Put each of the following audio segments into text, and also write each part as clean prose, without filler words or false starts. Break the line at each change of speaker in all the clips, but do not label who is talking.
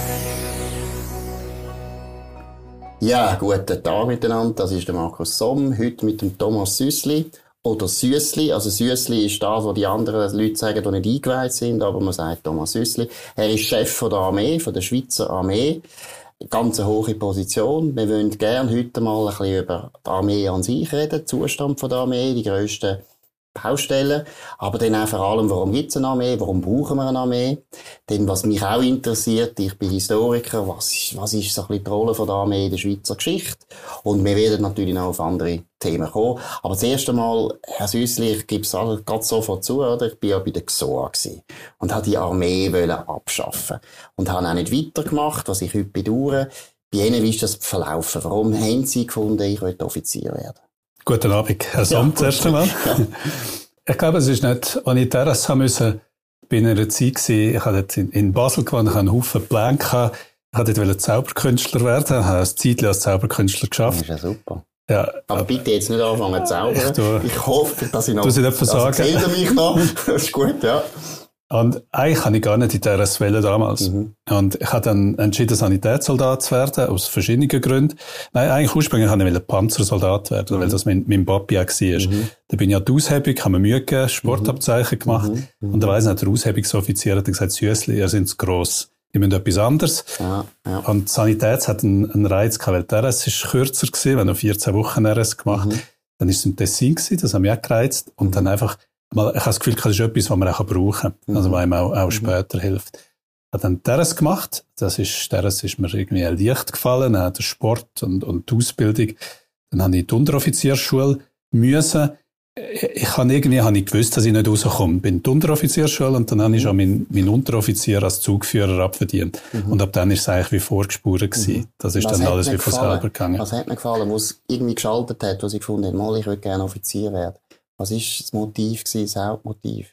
Ja, guten Tag miteinander. Das ist der Markus Somm. Heute mit dem Thomas Süssli. Oder Süssli. Also Süssli ist das, was die anderen Leute sagen, die nicht eingeweiht sind. Aber man sagt Thomas Süssli. Er ist Chef von der Armee, von der Schweizer Armee. Ganz eine hohe Position. Wir wollen gerne heute mal ein bisschen über die Armee an sich reden. Den Zustand von der Armee, die grössten Baustellen, aber dann auch vor allem, warum gibt es eine Armee, warum brauchen wir eine Armee? Denn was mich auch interessiert, ich bin Historiker, was ist so ein bisschen die Rolle von der Armee in der Schweizer Geschichte? Und wir werden natürlich noch auf andere Themen kommen. Aber zuerst einmal, Herr Süssli, ich gebe es gerade sofort zu, oder? Ich bin ja bei der GSOA gewesen und habe die Armee abschaffen und habe auch nicht weitergemacht, was ich heute bedauere. Bei Ihnen, wie ist das verlaufen? Warum haben Sie gefunden, ich möchte Offizier werden?
Guten Abend, Herr Somm, zuerst einmal. Ja. Ich glaube, es ist nicht, als ich Terrasse haben müssen, bin in einer Zeit gewesen, ich habe dort in Basel gewohnt, ich hatte einen Haufen Pläne gehabt, ich wollte dort Zauberkünstler werden, habe ein Zeitchen als Zauberkünstler geschafft.
Das ist ja super.
Ja.
Aber bitte jetzt nicht anfangen zu zaubern. Ich hoffe, dass ich noch...
Du sie nicht versagen.
Erzähl mich noch. Das ist gut, ja.
Und eigentlich habe ich gar nicht in Terrasse wählen damals. Und ich habe dann entschieden, Sanitätssoldat zu werden, aus verschiedenen Gründen. Nein, eigentlich ursprünglich wollte ich Panzersoldat werden, weil das mein Papi auch war. Da bin ich an die Aushebung, habe mir Mühe gegeben, Sportabzeichen gemacht. Und da weiss ich, der Aushebungsoffizier hat gesagt, Süssli, ihr seid zu gross. Ihr müsst etwas anderes.
Ja.
Und Sanität hat einen Reiz gehabt, weil der RS ist kürzer gewesen, wir haben noch 14 Wochen RS gemacht. Dann ist es im Tessin gewesen, das hat mich auch gereizt. Und dann einfach, ich habe das Gefühl, das ist etwas, was man auch brauchen kann. Also, was einem auch später hilft. Ich habe dann Terrasse gemacht. Das ist mir irgendwie leicht gefallen. Auch der Sport und die Ausbildung. Dann habe ich die Unteroffiziersschule müssen. Ich habe gewusst, dass ich nicht rauskomme. Bin in die Unteroffiziersschule und dann habe ich schon meinen Unteroffizier als Zugführer abverdient. Und ab dann ist es eigentlich wie vorgespurt gewesen. Das ist dann alles wie von selber gegangen.
Was hat mir gefallen, wo es irgendwie geschaltet hat, wo Sie gefunden haben, mal, ich würde gerne Offizier werden? Was war das Motiv, das Hauptmotiv?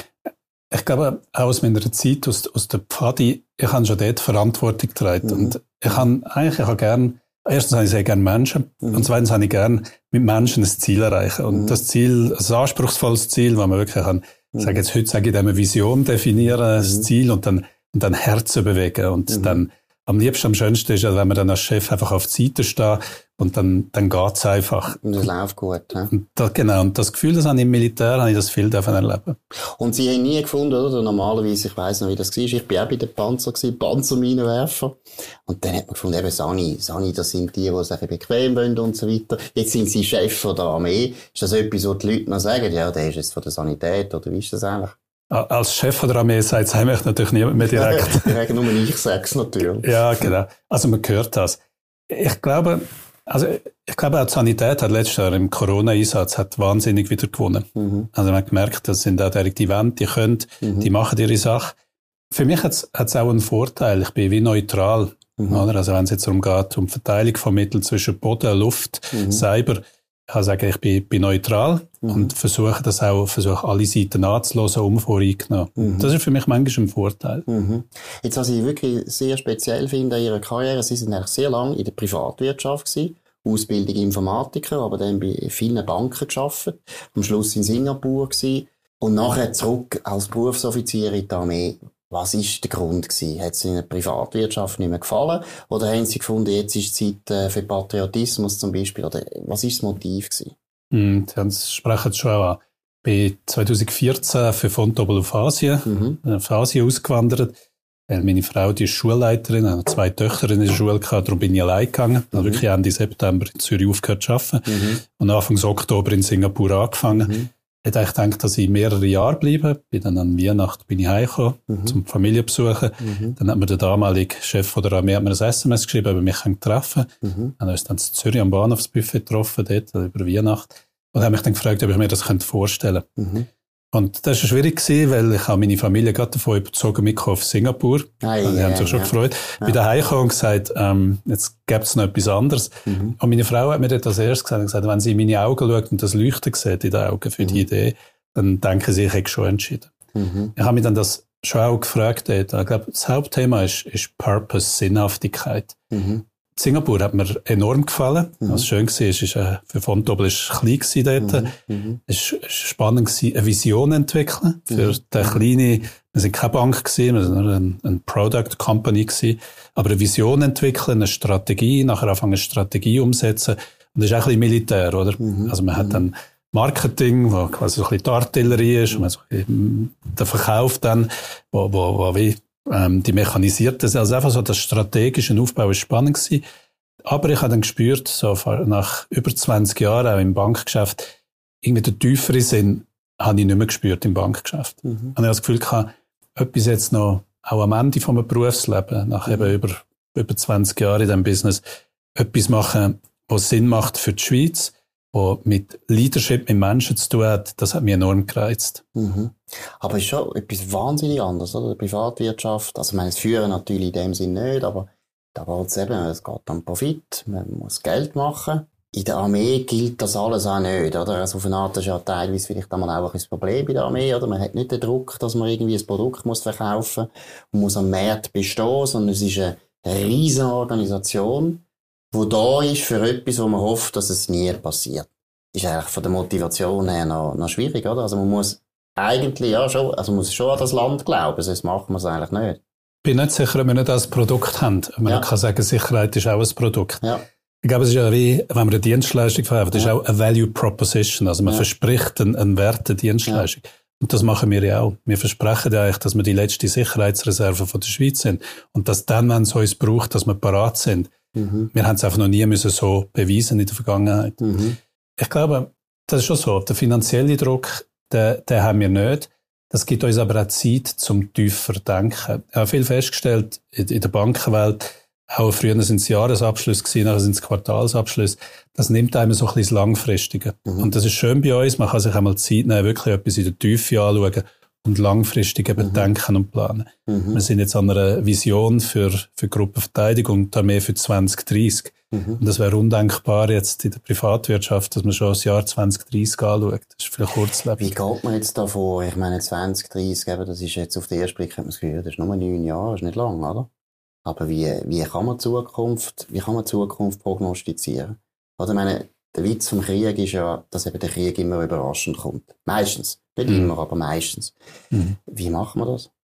Ich glaube, auch aus meiner Zeit, aus der Pfadi, ich habe schon dort Verantwortung getragen. Und ich habe gerne, erstens habe ich sehr gerne Menschen. Und zweitens habe ich gerne mit Menschen ein Ziel erreichen. Und das Ziel, ein anspruchsvolles Ziel, wo man wirklich kann, heute sage ich dem eine Vision definieren, das Ziel und dann Herzen bewegen. Und dann, am liebsten, am schönsten ist ja, wenn man dann als Chef einfach auf die Seite steht und dann geht's einfach.
Und es läuft gut, ja.
Genau. Und das Gefühl, das habe ich im Militär, habe ich das viel erleben.
Und Sie haben nie gefunden, oder? Normalerweise, ich weiss noch, wie das war. Ich bin auch bei den Panzer gewesen, Panzerminenwerfer. Und dann hat man gefunden, eben Sani, das sind die es ein bequem wollen und so weiter. Jetzt sind Sie Chef von der Armee. Ist das etwas, wo die Leute noch sagen, ja, der ist jetzt von der Sanität, oder wie ist das eigentlich?
Als Chef der Armee sagt es eigentlich natürlich niemand mehr direkt.
Direkt nur ich sage es natürlich.
Ja, genau. Also man hört das. Ich glaube auch die Sanität hat letztes Jahr im Corona-Einsatz wahnsinnig wieder gewonnen. Also man hat gemerkt, das sind auch direkt die Wände, die können, die machen ihre Sache. Für mich hat's auch einen Vorteil. Ich bin wie neutral. Oder? Also wenn es jetzt darum geht, um Verteilung von Mitteln zwischen Boden, Luft, Cyber, ich kann sagen, ich bin neutral und versuche alle Seiten anzuhören, unvoreingenommen. Das ist für mich manchmal ein Vorteil.
Jetzt, was ich wirklich sehr speziell finde an Ihrer Karriere, Sie sind eigentlich sehr lange in der Privatwirtschaft gewesen, Ausbildung Informatiker, aber dann bei vielen Banken gearbeitet, am Schluss in Singapur gewesen und nachher zurück als Berufsoffizier in die Armee. Was war der Grund gewesen? Hat es Ihnen in der Privatwirtschaft nicht mehr gefallen? Oder haben Sie gefunden, jetzt ist Zeit für Patriotismus zum Beispiel? Oder was war das Motiv gewesen?
Sie sprechen es schon an. Ich bin 2014 für Fontobel auf Asien ausgewandert. Meine Frau, die ist Schulleiterin, hat 2 Töchter in der Schule gehabt, darum bin ich allein gegangen. Ich habe wirklich Ende September in Zürich aufgehört zu arbeiten. Und Anfang Oktober in Singapur angefangen. Ich hätte gedacht, dass ich mehrere Jahre bleibe. Dann an Weihnachten heimgekommen, zum Familie besuchen. Dann hat mir der damalige Chef von der Armee ein SMS geschrieben, ob er mich treffen kann. Dann haben wir uns dann in Zürich am Bahnhofsbuffet getroffen, dort, über Weihnachten. Und habe mich dann gefragt, ob ich mir das vorstellen könnte. Und das war schwierig gewesen, weil ich habe meine Familie gerade davon überzogen mitgekommen auf Singapur. Die haben sich schon gefreut. Ich bin daheim gekommen und gesagt, jetzt gäbe es noch etwas anderes. Und meine Frau hat mir das als erstes gesagt, wenn sie in meine Augen schaut und das Leuchten sieht in den Augen für die Idee, dann denken sie, ich hätte schon entschieden. Ich habe mich dann das schon auch gefragt. Ich glaube, das Hauptthema ist Purpose, Sinnhaftigkeit. Singapur hat mir enorm gefallen. Was schön war, für Fontobel war es klein dort. Es war spannend, eine Vision zu entwickeln für den kleinen Wir sind keine Bank gewesen, wir sind nur ein Product Company gewesen. Aber eine Vision entwickeln, eine Strategie, nachher anfangen eine Strategie umsetzen. Und das ist auch ein bisschen Militär, oder? Also man hat dann Marketing, wo quasi so ein bisschen die Artillerie ist, und man so der Verkauf dann, wo wie die mechanisierte, also einfach so das strategische Aufbau ist spannend gewesen. Aber ich habe dann gespürt, so nach über 20 Jahren auch im Bankgeschäft, irgendwie der tiefere Sinn habe ich nicht mehr gespürt im Bankgeschäft. Und ich habe das Gefühl gehabt, etwas jetzt noch, auch am Ende von meinem Berufsleben, nach eben über 20 Jahren in diesem Business, etwas machen, was Sinn macht für die Schweiz, was mit Leadership, mit Menschen zu tun hat, das hat mich enorm gereizt.
Aber es ist schon etwas wahnsinnig anderes, oder? Die Privatwirtschaft, also ich meine, das Führen natürlich in dem Sinn nicht, aber da geht es eben, es geht um Profit, man muss Geld machen. In der Armee gilt das alles auch nicht, oder? Also auf eine Art, das ist ja teilweise vielleicht einmal auch ein Problem bei der Armee, oder? Man hat nicht den Druck, dass man irgendwie ein Produkt muss verkaufen und muss am Markt bestehen, sondern es ist eine riesige Organisation, die da ist für etwas, wo man hofft, dass es nie passiert. Ist eigentlich von der Motivation her noch schwierig, oder? Also man muss eigentlich ja schon, also man muss schon an das Land glauben, sonst macht man es eigentlich nicht.
Ich bin nicht sicher, ob wir nicht das Produkt haben. Man kann sagen, Sicherheit ist auch ein Produkt. Ja. Ich glaube, es ist ja wie, wenn man eine Dienstleistung verkauft, das ist auch eine Value Proposition. Also man verspricht einen Wert der Dienstleistung. Und das machen wir ja auch. Wir versprechen ja eigentlich, dass wir die letzte Sicherheitsreserve von der Schweiz sind. Und dass dann, wenn es uns braucht, dass wir parat sind. Wir haben es einfach noch nie müssen so beweisen in der Vergangenheit. Ich glaube, das ist schon so. Der finanzielle Druck, den haben wir nicht. Das gibt uns aber auch Zeit zum tiefer denken. Ich habe viel festgestellt in der Bankenwelt, auch früher sind es Jahresabschlüsse gewesen, nachher sind es Quartalsabschlüsse. Das nimmt einem so ein bisschen das Langfristige. Und das ist schön bei uns. Man kann sich einmal Zeit nehmen, wirklich etwas in der Tiefe anschauen und langfristig eben denken und planen. Wir sind jetzt an einer Vision für Gruppenverteidigung und Armee für 2030. Und das wäre undenkbar jetzt in der Privatwirtschaft, dass man schon das Jahr 2030 anschaut. Das ist vielleicht kurzlebig.
Wie geht man jetzt da vor? Ich meine, 2030, eben, das ist jetzt auf den ersten Blick, hat man das Gefühl, das ist nur 9 Jahre, das ist nicht lang, oder? Aber wie kann man Zukunft prognostizieren? Oder ich meine, der Witz vom Krieg ist ja, dass eben der Krieg immer überraschend kommt. Meistens. Nicht immer, aber meistens. Wie machen wir das?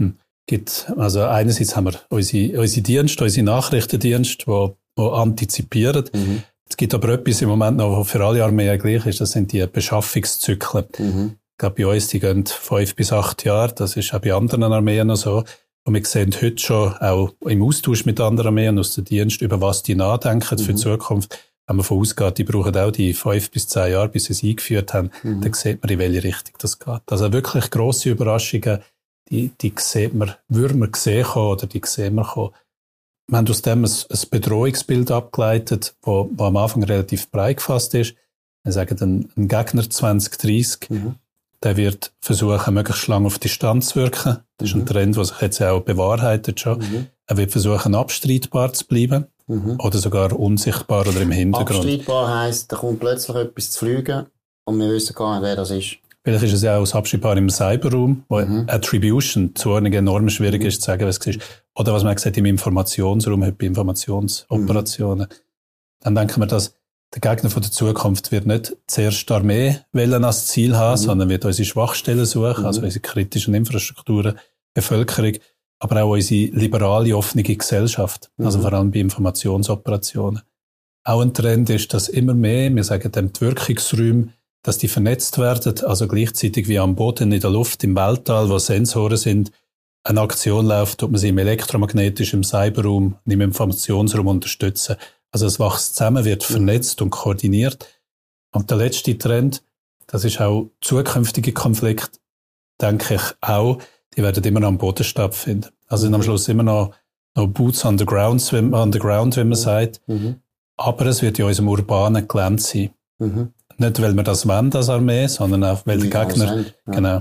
Also einerseits haben wir unsere Dienste, unsere Nachrichtendienste, die antizipieren. Es gibt aber etwas im Moment noch, was für alle Armeen gleich ist, das sind die Beschaffungszyklen. Ich glaube, bei uns, die gehen 5 bis 8 Jahre, das ist auch bei anderen Armeen noch so. Und wir sehen heute schon auch im Austausch mit anderen Armeen aus dem Dienst, über was die nachdenken für die Zukunft. Wenn man davon ausgeht, die brauchen auch die 5 bis 10 Jahre, bis sie es eingeführt haben, dann sieht man, in welche Richtung das geht. Also wirklich grosse Überraschungen, die sieht man, würde man sehen kommen, oder die sehen wir kommen. Wir haben aus dem ein Bedrohungsbild abgeleitet, wo am Anfang relativ breit gefasst ist. Wir sagen, ein Gegner 2030, der wird versuchen, möglichst lange auf Distanz zu wirken. Das ist ein Trend, der sich jetzt auch bewahrheitet schon. Er wird versuchen, abstreitbar zu bleiben. Oder sogar unsichtbar oder im Hintergrund.
Abstreitbar heisst, da kommt plötzlich etwas zu fliegen und wir wissen gar nicht, wer das ist.
Vielleicht ist es ja auch abstreitbar im Cyberraum, wo Attribution zu einer enorm schwierig ist zu sagen, was es ist. Oder was man gesagt im Informationsraum, bei Informationsoperationen. Dann denken wir, dass der Gegner von der Zukunft wird nicht zuerst die Armee als Ziel haben, sondern wird unsere Schwachstellen suchen, also unsere kritischen Infrastrukturen, Bevölkerung, aber auch unsere liberale, offene Gesellschaft, also vor allem bei Informationsoperationen. Auch ein Trend ist, dass immer mehr, wir sagen dem die Wirkungsräume, dass die vernetzt werden, also gleichzeitig wie am Boden, in der Luft, im Weltall, wo Sensoren sind, eine Aktion läuft, tut man sie im elektromagnetischen, im Cyberraum, im Informationsraum unterstützen. Also es wächst zusammen, wird vernetzt und koordiniert. Und der letzte Trend, das ist auch zukünftige Konflikte, denke ich auch, die werden immer noch am Boden stattfinden. Also sind am Schluss immer noch Boots on the ground, wie man sagt. Aber es wird in unserem urbanen Gelände sein. Nicht, weil wir das wollen, als Armee, sondern auch, weil der Gegner, genau.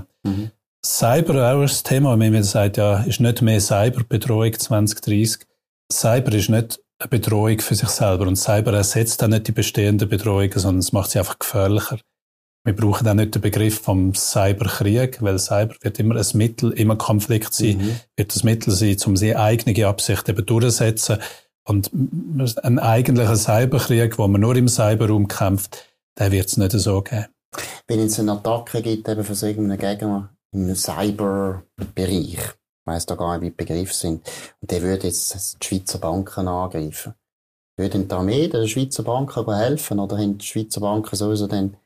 Cyber auch ist das Thema, wenn man sagt, ja, ist nicht mehr Cyberbedrohung 2030. Cyber ist nicht eine Bedrohung für sich selber und Cyber ersetzt auch nicht die bestehenden Bedrohungen, sondern es macht sie einfach gefährlicher. Wir brauchen auch nicht den Begriff vom Cyberkrieg, weil Cyber wird immer ein Mittel, immer Konflikt sein, wird das Mittel sein, um seine eigene Absicht eben durchzusetzen. Und ein eigentlicher Cyberkrieg, wo man nur im Cyberraum kämpft, den wird es nicht so geben.
Wenn es eine Attacke gibt, eben von so irgendeinem Gegner im Cyberbereich. Ich weiss da gar nicht, wie die Begriffe sind. Und der würde jetzt die Schweizer Banken angreifen. Würde die Armee der Schweizer Banken helfen? Oder haben die Schweizer Banken sowieso dann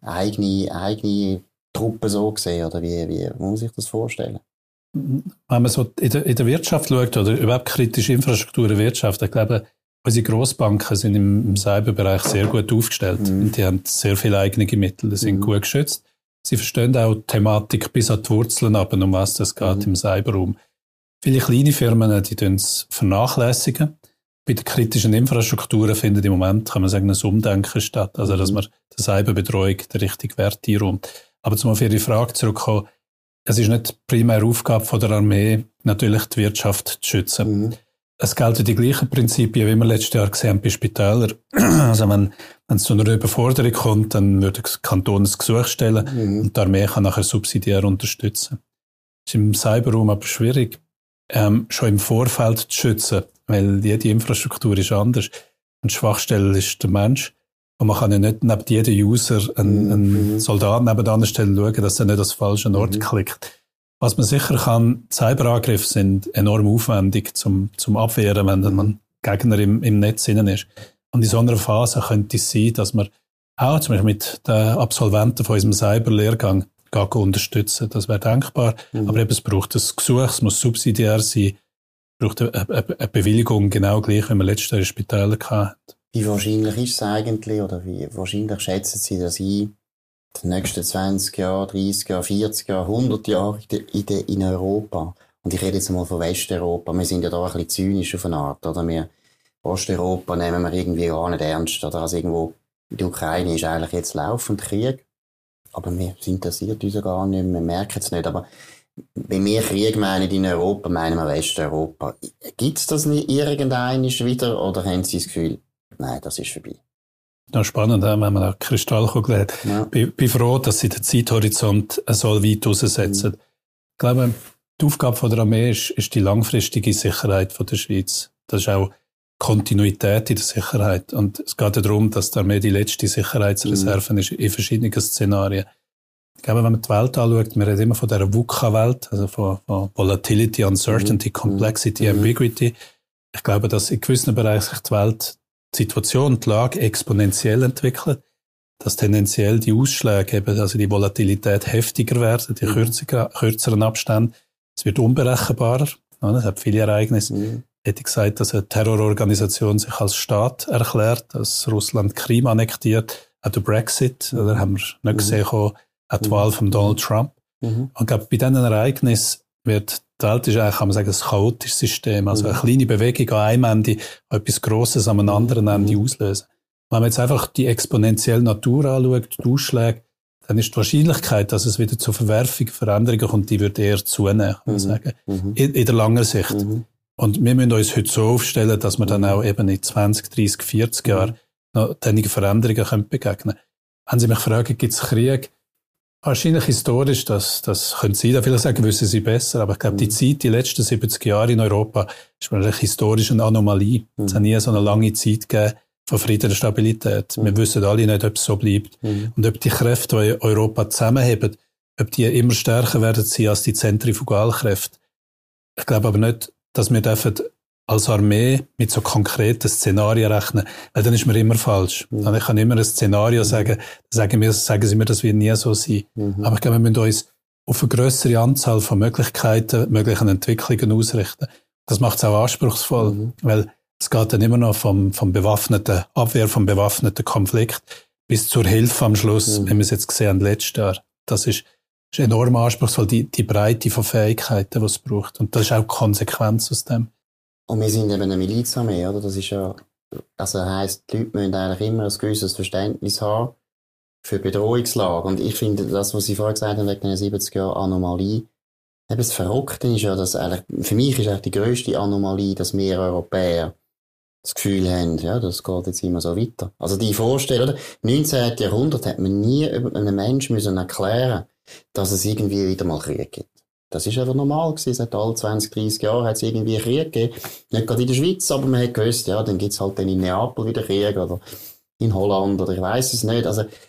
eigene Truppen so gesehen? Oder wie muss ich das vorstellen?
Wenn man so in der Wirtschaft schaut, oder überhaupt kritische Infrastruktur in der Wirtschaft, ich glaube, unsere Grossbanken sind im Cyberbereich sehr gut aufgestellt. Und die haben sehr viele eigene Mittel, die sind gut geschützt. Sie verstehen auch die Thematik bis an die Wurzeln ab, um was das geht im Cyberraum. Viele kleine Firmen, die tun es vernachlässigen. Bei den kritischen Infrastrukturen findet im Moment, kann man sagen, ein Umdenken statt. Also, dass man der Cyberbetreuung den richtigen Wert einräumt. Aber zum auf Ihre Frage zurückkommen, es ist nicht die primäre Aufgabe von der Armee, natürlich die Wirtschaft zu schützen. Es gelten die gleichen Prinzipien, wie wir letztes Jahr gesehen haben bei Spitälern. Also wenn es zu einer Überforderung kommt, dann würde der Kanton ein Gesuch stellen und die Armee kann nachher subsidiär unterstützen. Das ist im Cyberraum aber schwierig, schon im Vorfeld zu schützen, weil jede Infrastruktur ist anders. Und die Schwachstelle ist der Mensch. Und man kann ja nicht neben jedem User einen Soldat nebenan stellen, schauen, dass er nicht an den falschen Ort klickt. Was man sicher kann, Cyberangriffe sind enorm aufwendig zum Abwehren, wenn man Gegner im Netz innen ist. Und in so einer Phase könnte es sein, dass man auch zum Beispiel mit den Absolventen von unserem Cyberlehrgang unterstützen. Das wäre denkbar. Aber eben, es braucht ein Gesuch, es muss subsidiär sein, es braucht eine Bewilligung, genau gleich, wie wir letztes Jahr in Spitälern hatten.
Wie wahrscheinlich ist es eigentlich, oder wie wahrscheinlich schätzen Sie das ein, die nächsten 20 Jahre, 30 Jahre, 40 Jahre, 100 Jahre in Europa? Und ich rede jetzt mal von Westeuropa. Wir sind ja da ein bisschen zynisch auf eine Art, oder? Osteuropa nehmen wir irgendwie gar nicht ernst, oder? Also irgendwo, in der Ukraine ist eigentlich jetzt laufend Krieg. Aber es interessiert uns ja gar nicht, wir merken es nicht. Aber wenn wir Krieg meinen in Europa, meinen wir Westeuropa. Gibt es das nicht irgendwann wieder, oder haben Sie das Gefühl, nein, das ist vorbei?
Ja, spannend, wenn man eine Kristallkugel hat. Ja. Ich bin froh, dass sie den Zeithorizont so weit raussetzen. Ich glaube, die Aufgabe der Armee ist die langfristige Sicherheit der Schweiz. Das ist auch Kontinuität in der Sicherheit. Und es geht ja darum, dass die Armee die letzte Sicherheitsreserve ist in verschiedenen Szenarien. Ich glaube, wenn man die Welt anschaut, wir reden immer von dieser VUCA-Welt, also von Volatility, Uncertainty, Complexity, Ambiguity. Ich glaube, dass in gewissen Bereichen sich die Welt, die Situation, die Lage exponentiell entwickelt, dass tendenziell die Ausschläge, eben, also die Volatilität heftiger werden, die kürzeren Abstände. Es wird unberechenbarer. Es hat viele Ereignisse. Hätte ich gesagt, dass eine Terrororganisation sich als Staat erklärt, dass Russland Krim annektiert, auch der Brexit, da haben wir nicht gesehen, auch die Wahl von Donald Trump. Und ich glaube, bei diesen Ereignissen wird die Welt ist eigentlich, kann man sagen, ein chaotisches System. Also eine kleine Bewegung an einem Ende, etwas Grosses an einem anderen Ende auslösen. Wenn man jetzt einfach die exponentielle Natur anschaut, die Ausschläge, dann ist die Wahrscheinlichkeit, dass es wieder zu Veränderungen kommt, die wird eher zunehmen, kann man sagen. In der langen Sicht. Und wir müssen uns heute so aufstellen, dass wir dann auch eben in 20, 30, 40 Jahren noch einigen Veränderungen begegnen können. Wenn Sie mich fragen, gibt es Krieg? Wahrscheinlich historisch, das können Sie da vielleicht sagen, wissen Sie besser, aber ich glaube, die Zeit, die letzten 70 Jahre in Europa, ist wahrscheinlich historisch eine Anomalie. Es hat nie so eine lange Zeit gegeben von Frieden und Stabilität. Wir wissen alle nicht, ob es so bleibt. Und ob die Kräfte, die Europa zusammenheben, ob die immer stärker werden sein als die Zentrifugalkräfte. Ich glaube aber nicht, dass wir dürfen als Armee mit so konkreten Szenarien rechnen, weil dann ist man immer falsch. Also ich kann immer ein Szenario sagen, sagen Sie mir, das wird nie so sein. Aber ich glaube, wir müssen uns auf eine grössere Anzahl von Möglichkeiten, möglichen Entwicklungen ausrichten. Das macht es auch anspruchsvoll, weil es geht dann immer noch vom bewaffneten Abwehr, vom bewaffneten Konflikt bis zur Hilfe am Schluss, wenn wir es jetzt gesehen haben, letztes Jahr. Das ist enorm anspruchsvoll, die Breite von Fähigkeiten, die es braucht. Und das ist auch die Konsequenz aus dem.
Und wir sind eben eine Milizarmee, oder? Das ist ja, also heisst, die Leute müssen eigentlich immer ein gewisses Verständnis haben für Bedrohungslage. Und ich finde, das, was Sie vorher gesagt haben, wegen den 70 Jahren Anomalie, eben das Verrückte ist ja, dass eigentlich, für mich ist eigentlich die grösste Anomalie, dass wir Europäer das Gefühl haben, ja, das geht jetzt immer so weiter. Also die Vorstellung, oder? Im 19. Jahrhundert hat man nie einem Menschen müssen erklären, dass es irgendwie wieder mal Krieg gibt. Das ist einfach normal gewesen. Seit alle 20, 30 Jahren hat es irgendwie Krieg gegeben. Nicht gerade in der Schweiz, aber man hat gewusst, ja, dann gibt's halt dann in Neapel wieder Krieg oder in Holland oder ich weiss es nicht. Also,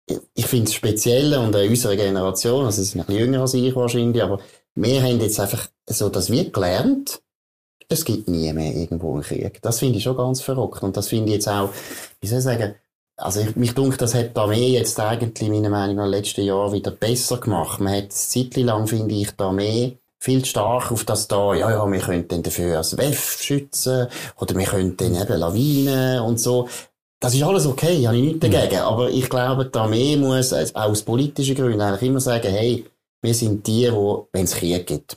ich finde es speziell und in unserer Generation, also sie sind ein bisschen jünger als ich wahrscheinlich, aber wir haben jetzt einfach so das wie gelernt, es gibt nie mehr irgendwo einen Krieg. Das finde ich schon ganz verrückt. Und das finde ich jetzt auch, wie soll ich sagen, also mich denkt, das hat die Armee jetzt eigentlich, meiner Meinung nach, in den letzten Jahren wieder besser gemacht. Man hat eine Zeit lang, finde ich, die Armee viel stark auf das da, ja, wir könnten dafür als WEF schützen, oder wir könnten eben Lawinen und so. Das ist alles okay, habe ich nichts dagegen. Aber ich glaube, die Armee muss, auch aus politischen Gründen, eigentlich immer sagen, hey, wir sind die, wenn es Krieg gibt.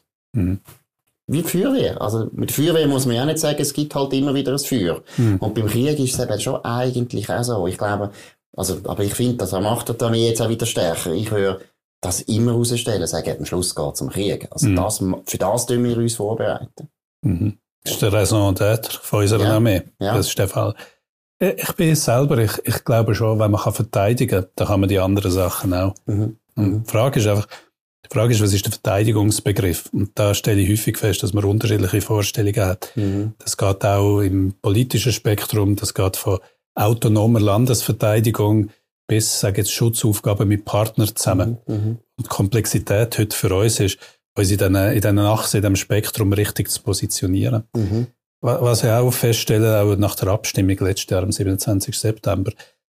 Wie die Feuerwehr. Also, mit der Feuerwehr muss man ja nicht sagen, es gibt halt immer wieder ein Feuer. Und beim Krieg ist es eben schon eigentlich auch so. Ich glaube, also, aber ich finde, das macht die Armee jetzt auch wieder stärker. Ich höre das immer rausstellen, sagen, am Schluss geht es um Krieg. Also, für das tun wir uns vorbereiten.
Das ist der Raison d'être von unserer Armee. Ja. Das ist der Fall. Ich bin selber, ich glaube schon, wenn man verteidigen kann, dann kann man die anderen Sachen auch. Und die Frage ist, was ist der Verteidigungsbegriff? Und da stelle ich häufig fest, dass man unterschiedliche Vorstellungen hat. Das geht auch im politischen Spektrum, das geht von autonomer Landesverteidigung bis, sage jetzt, Schutzaufgaben mit Partnern zusammen. Und die Komplexität heute für uns ist, uns in diesen Achsen, in diesem Spektrum richtig zu positionieren. Was ich auch feststelle, auch nach der Abstimmung letztes Jahr am 27. September,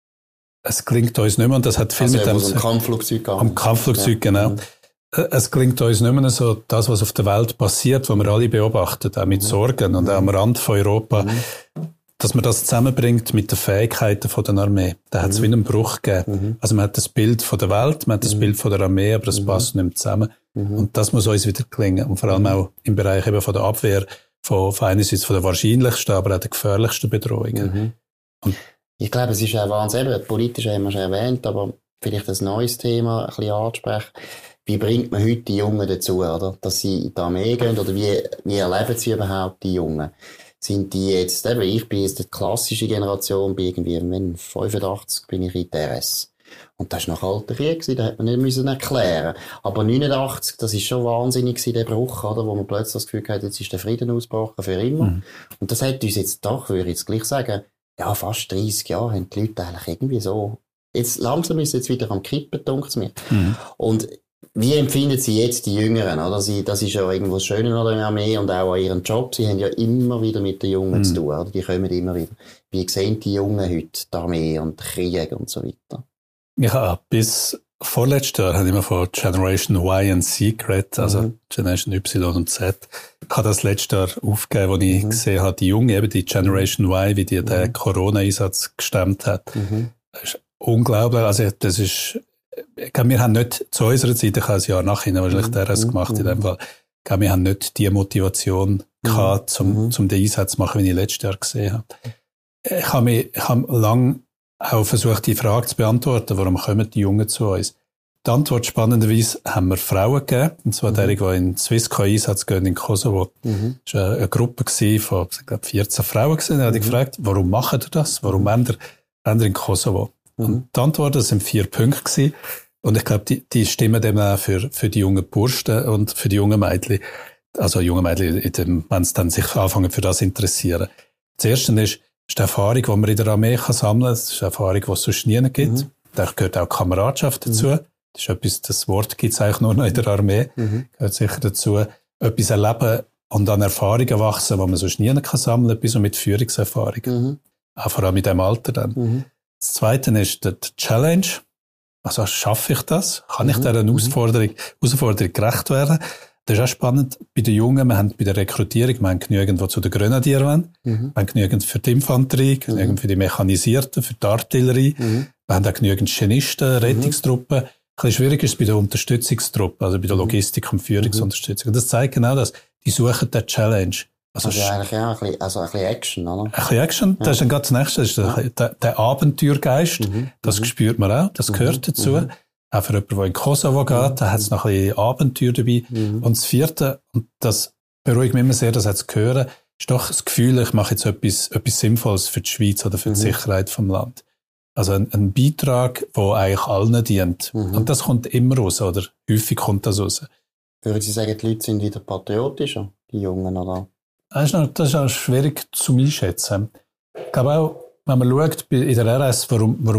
es gelingt uns nicht mehr, und das hat viel mit dem...
am Kampfflugzeug gegangen.
Am Kampfflugzeug, genau. Es gelingt uns nicht mehr so, das, was auf der Welt passiert, was wir alle beobachten, auch mit Sorgen und auch am Rand von Europa, dass man das zusammenbringt mit den Fähigkeiten von der Armee. Da hat es wie einen Bruch gegeben. Also man hat das Bild von der Welt, man hat das Bild von der Armee, aber es passt nicht mehr zusammen. Und das muss uns wieder gelingen. Und vor allem auch im Bereich eben von der Abwehr, von einerseits von der wahrscheinlichsten, aber auch der gefährlichsten Bedrohung. Und
ich glaube, es ist auch wahnsinnig, politisch haben wir schon erwähnt, aber vielleicht ein neues Thema ein bisschen ansprechen. Wie bringt man heute die Jungen dazu, oder? Dass sie in die Armee gehen, oder wie erleben sie überhaupt die Jungen? Sind die jetzt, eben, ich bin jetzt die klassische Generation, bin irgendwie, wenn 85 bin ich in der RS. Und das war noch alter Krieg gewesen, da hat man nicht müssen erklären. Aber 89, das ist schon wahnsinnig gewesen, der Bruch, oder? Wo man plötzlich das Gefühl hat, jetzt ist der Frieden ausgebrochen für immer. Und das hat uns jetzt doch, würde ich jetzt gleich sagen, ja, fast 30 Jahre haben die Leute eigentlich irgendwie so, jetzt langsam ist es jetzt wieder am Kippen, denkt es mir. Und wie empfinden Sie jetzt die Jüngeren, oder? Das ist ja irgendwo das Schöne an der Armee und auch an ihrem Job. Sie haben ja immer wieder mit den Jungen zu tun, oder? Die kommen immer wieder. Wie sehen die Jungen heute die Armee und den Krieg und so weiter?
Ja, bis vorletztes Jahr habe ich immer von Generation Y und Z geredet, also Generation Y und Z. Ich habe das letztes Jahr aufgegeben, wo ich gesehen habe, die Jungen, eben die Generation Y, wie die den Corona-Einsatz gestemmt hat. Das ist unglaublich. Also, das ist, ich glaube, wir haben nicht zu unserer Zeit, ich habe ein Jahr nachher wahrscheinlich DRS gemacht in dem Fall, ich glaube, wir haben nicht die Motivation gehabt, um den Einsatz zu machen, wie ich letztes Jahr gesehen habe. Ich habe lange auch versucht, die Frage zu beantworten, warum kommen die Jungen zu uns? Die Antwort spannenderweise haben wir Frauen gegeben, und zwar derige, die in Swisscom-Einsatz gehen in Kosovo. Das war eine Gruppe von, ich glaube, 14 Frauen gewesen. Da habe ich gefragt, warum machen ihr das? Warum wollt ihr in Kosovo? Und die Antwort, das sind 4 Punkte gewesen. Und ich glaube, die stimmen dem auch für die jungen Burschen und für die jungen Mädchen. Also junge Mädchen, wenn sie dann sich anfangen für das interessieren. Das erste ist die Erfahrung, die man in der Armee sammeln kann. Das ist eine Erfahrung, die es sonst nie gibt. Da gehört auch Kameradschaft dazu. Das ist etwas, das Wort gibt es eigentlich nur noch in der Armee. Gehört sicher dazu. Etwas erleben und an Erfahrungen wachsen, die man sonst nie sammeln kann, etwas mit Führungserfahrung. Auch vor allem in diesem Alter dann. Das Zweite ist die Challenge. Also, schaffe ich das? Kann ich dieser Herausforderung gerecht werden? Das ist auch spannend. Bei den Jungen, wir haben bei der Rekrutierung, wir haben genügend, die zu den Grenadieren wollen. Wir haben genügend für die Infanterie, genügend für die Mechanisierten, für die Artillerie. Wir haben auch genügend Chenisten, Rettungstruppen. Ein bisschen schwierig ist es bei der Unterstützungstruppe, also bei der Logistik- und Führungsunterstützung. Und das zeigt genau das. Die suchen den Challenge. Also
eigentlich auch ein bisschen Action, oder?
Ein bisschen Action, das ist dann gerade das Nächste. Das ist der Abenteuergeist. Das spürt man auch, das gehört dazu. Auch für jemanden, der in Kosovo geht, da hat es noch ein bisschen Abenteuer dabei. Und das Vierte, und das beruhigt mich immer sehr, das zu hören, ist doch das Gefühl, ich mache jetzt etwas Sinnvolles für die Schweiz oder für die Sicherheit vom Land. Also ein Beitrag, der eigentlich allen dient. Und das kommt immer raus, oder häufig kommt das raus.
Würden Sie sagen, die Leute sind wieder patriotischer, die Jungen, oder?
Das ist auch schwierig zu einschätzen. Ich glaube auch, wenn man schaut, in der RS, warum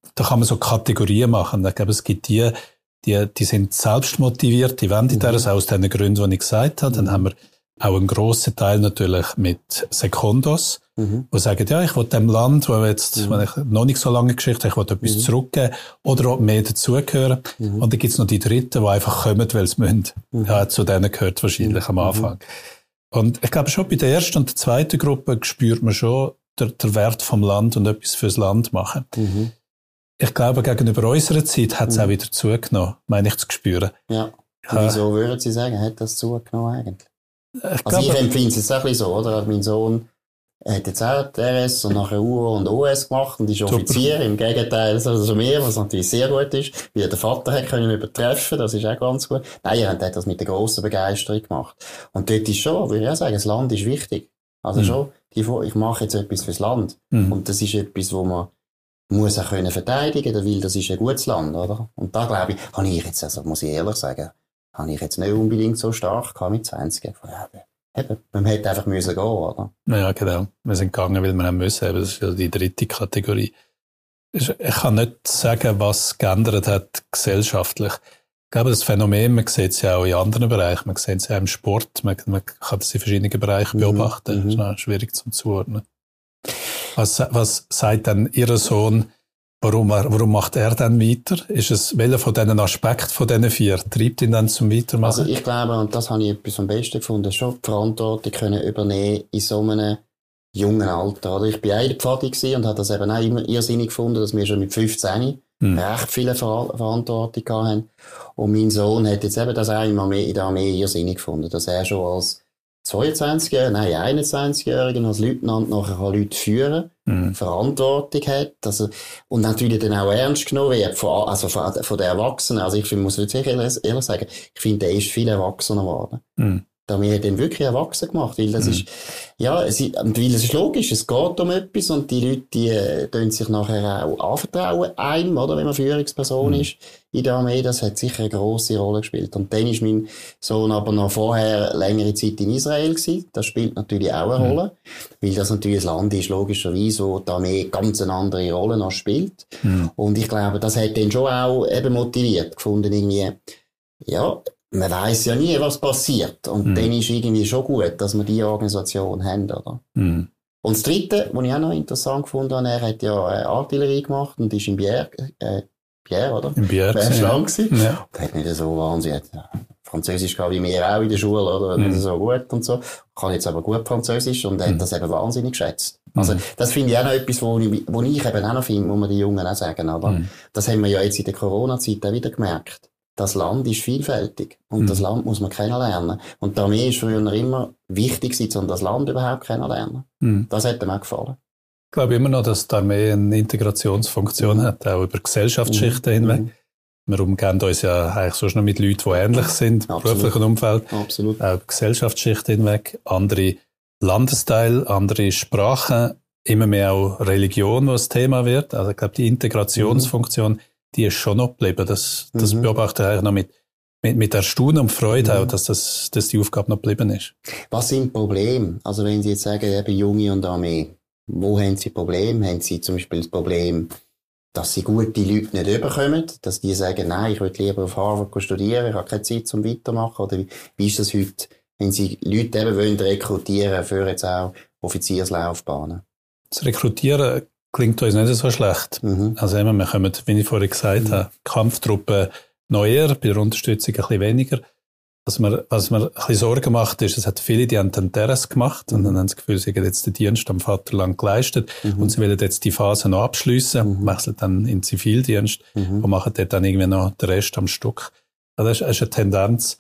da kann man so Kategorien machen. Ich glaube, es gibt die sind selbst motiviert, die wollen das aus den Gründen, die ich gesagt habe. Dann haben wir auch einen grossen Teil natürlich mit Sekundos, die sagen, ja, ich will dem Land, wo jetzt, wenn ich noch nicht so lange Geschichte habe, ich will etwas zurückgeben oder mehr dazugehören. Und dann gibt's noch die Dritten, die einfach kommen, weil sie müssen. Ja, zu denen gehört wahrscheinlich am Anfang. Und ich glaube schon, bei der ersten und der zweiten Gruppe spürt man schon der Wert vom Land und etwas fürs Land machen. Ich glaube, gegenüber unserer Zeit hat es auch wieder zugenommen, meine ich zu spüren.
Ja. Wieso würden Sie sagen, hat das zugenommen eigentlich? Ich empfinde es jetzt auch ein bisschen so, oder? Mein Sohn hat jetzt auch RS und nachher UO und OS gemacht und ist Offizier. Im Gegenteil, also mir, was natürlich sehr gut ist, wie der Vater hat können übertreffen, das ist auch ganz gut. Nein, er hat das mit der grossen Begeisterung gemacht. Und dort ist schon, würde ich auch sagen, das Land ist wichtig. Also schon, ich mache jetzt etwas fürs Land. Und das ist etwas, wo man muss auch können verteidigen, weil das ist ein gutes Land, oder? Und da glaube ich, habe ich jetzt, also muss ich ehrlich sagen, habe ich jetzt nicht unbedingt so stark gehabt mit 20. Eben, man hätte einfach müssen gehen, oder?
Ja, genau. Wir sind gegangen, weil wir haben müssen. Das ist ja die dritte Kategorie. Ich kann nicht sagen, was geändert hat gesellschaftlich. Ich glaube, das Phänomen, man sieht es ja auch in anderen Bereichen. Man sieht es ja im Sport. Man kann das in verschiedenen Bereichen beobachten. Das ist auch schwierig zum Zuordnen. Was sagt denn Ihr Sohn, warum macht er dann weiter? Ist es, welcher von diesen Aspekten von diesen 4 treibt ihn dann zum Weitermachen?
Also ich glaube, und das habe ich etwas am besten gefunden, schon die Verantwortung können übernehmen in so einem jungen Alter. Oder? Ich war auch in der Pfadi und habe das eben auch immer irrsinnig gefunden, dass wir schon mit 15 recht viele Verantwortung hatten. Und mein Sohn hat jetzt eben das auch immer mehr in der Armee irrsinnig gefunden, dass er schon als 21-Jähriger, 21-Jähriger als Leutnant nachher Leute führen, Verantwortung hat, also, und natürlich dann auch ernst genommen wird, von den Erwachsenen. Also ich muss wirklich ehrlich sagen, ich finde, der ist viel erwachsener geworden. Da haben wir den wirklich erwachsen gemacht, weil das ist, ja, weil es ist logisch, es geht um etwas und die Leute, die tun sich nachher auch anvertrauen einem, oder, wenn man Führungsperson ist in der Armee, das hat sicher eine grosse Rolle gespielt. Und dann ist mein Sohn aber noch vorher längere Zeit in Israel gewesen. Das spielt natürlich auch eine Rolle, weil das natürlich ein Land ist, logischerweise, wo die Armee ganz eine andere Rolle noch spielt. Und ich glaube, das hat den schon auch eben motiviert gefunden, irgendwie, ja, man weiss ja nie, was passiert. Und dann ist irgendwie schon gut, dass wir diese Organisation haben, oder? Und das Dritte, was ich auch noch interessant gefunden habe, er hat ja Artillerie gemacht und ist in Bière, oder?
In Bière.
Ja. Und hat nicht so wahnsinnig, Französisch gehabt wie wir auch in der Schule, oder? Nicht so gut und so. Kann jetzt aber gut Französisch und hat das eben wahnsinnig geschätzt. Also, das finde ich auch noch etwas, wo ich eben auch noch finde, muss man die Jungen auch sagen, aber das haben wir ja jetzt in der Corona-Zeit auch wieder gemerkt. Das Land ist vielfältig und das Land muss man kennenlernen. Und die Armee ist früher immer wichtig gewesen, um das Land überhaupt kennenlernen. Das hat mir auch gefallen.
Ich glaube immer noch, dass die Armee eine Integrationsfunktion hat, auch über Gesellschaftsschichten hinweg. Wir umgehen uns ja eigentlich sonst noch mit Leuten, die ähnlich sind, im beruflichen Umfeld.
Absolut.
Auch Gesellschaftsschichten hinweg, andere Landesteile, andere Sprachen, immer mehr auch Religion, was Thema wird. Also ich glaube, die Integrationsfunktion, die ist schon noch geblieben. Das beobachte ich eigentlich noch mit Erstaunen und Freude auch, dass die Aufgabe noch geblieben ist.
Was sind Probleme? Also wenn Sie jetzt sagen, eben Junge und Armee, wo haben Sie Probleme? Haben Sie zum Beispiel das Problem, dass Sie gute Leute nicht überkommen? Dass die sagen, nein, ich will lieber auf Harvard studieren, ich habe keine Zeit zum Weitermachen? Oder wie ist das heute, wenn Sie Leute eben wollen rekrutieren für jetzt auch Offizierslaufbahnen?
Das Rekrutieren klingt uns nicht so schlecht. Also immer, wir kommen, wie ich vorhin gesagt habe, Kampftruppen noch eher, bei der Unterstützung ein bisschen weniger. Was mir ein bisschen Sorgen macht, ist, es hat viele, die haben den Terrace gemacht und dann haben sie das Gefühl, sie haben jetzt den Dienst am Vaterland geleistet und sie wollen jetzt die Phase noch abschliessen, wechseln dann in den Zivildienst und machen dort dann irgendwie noch den Rest am Stück. Also das ist eine Tendenz,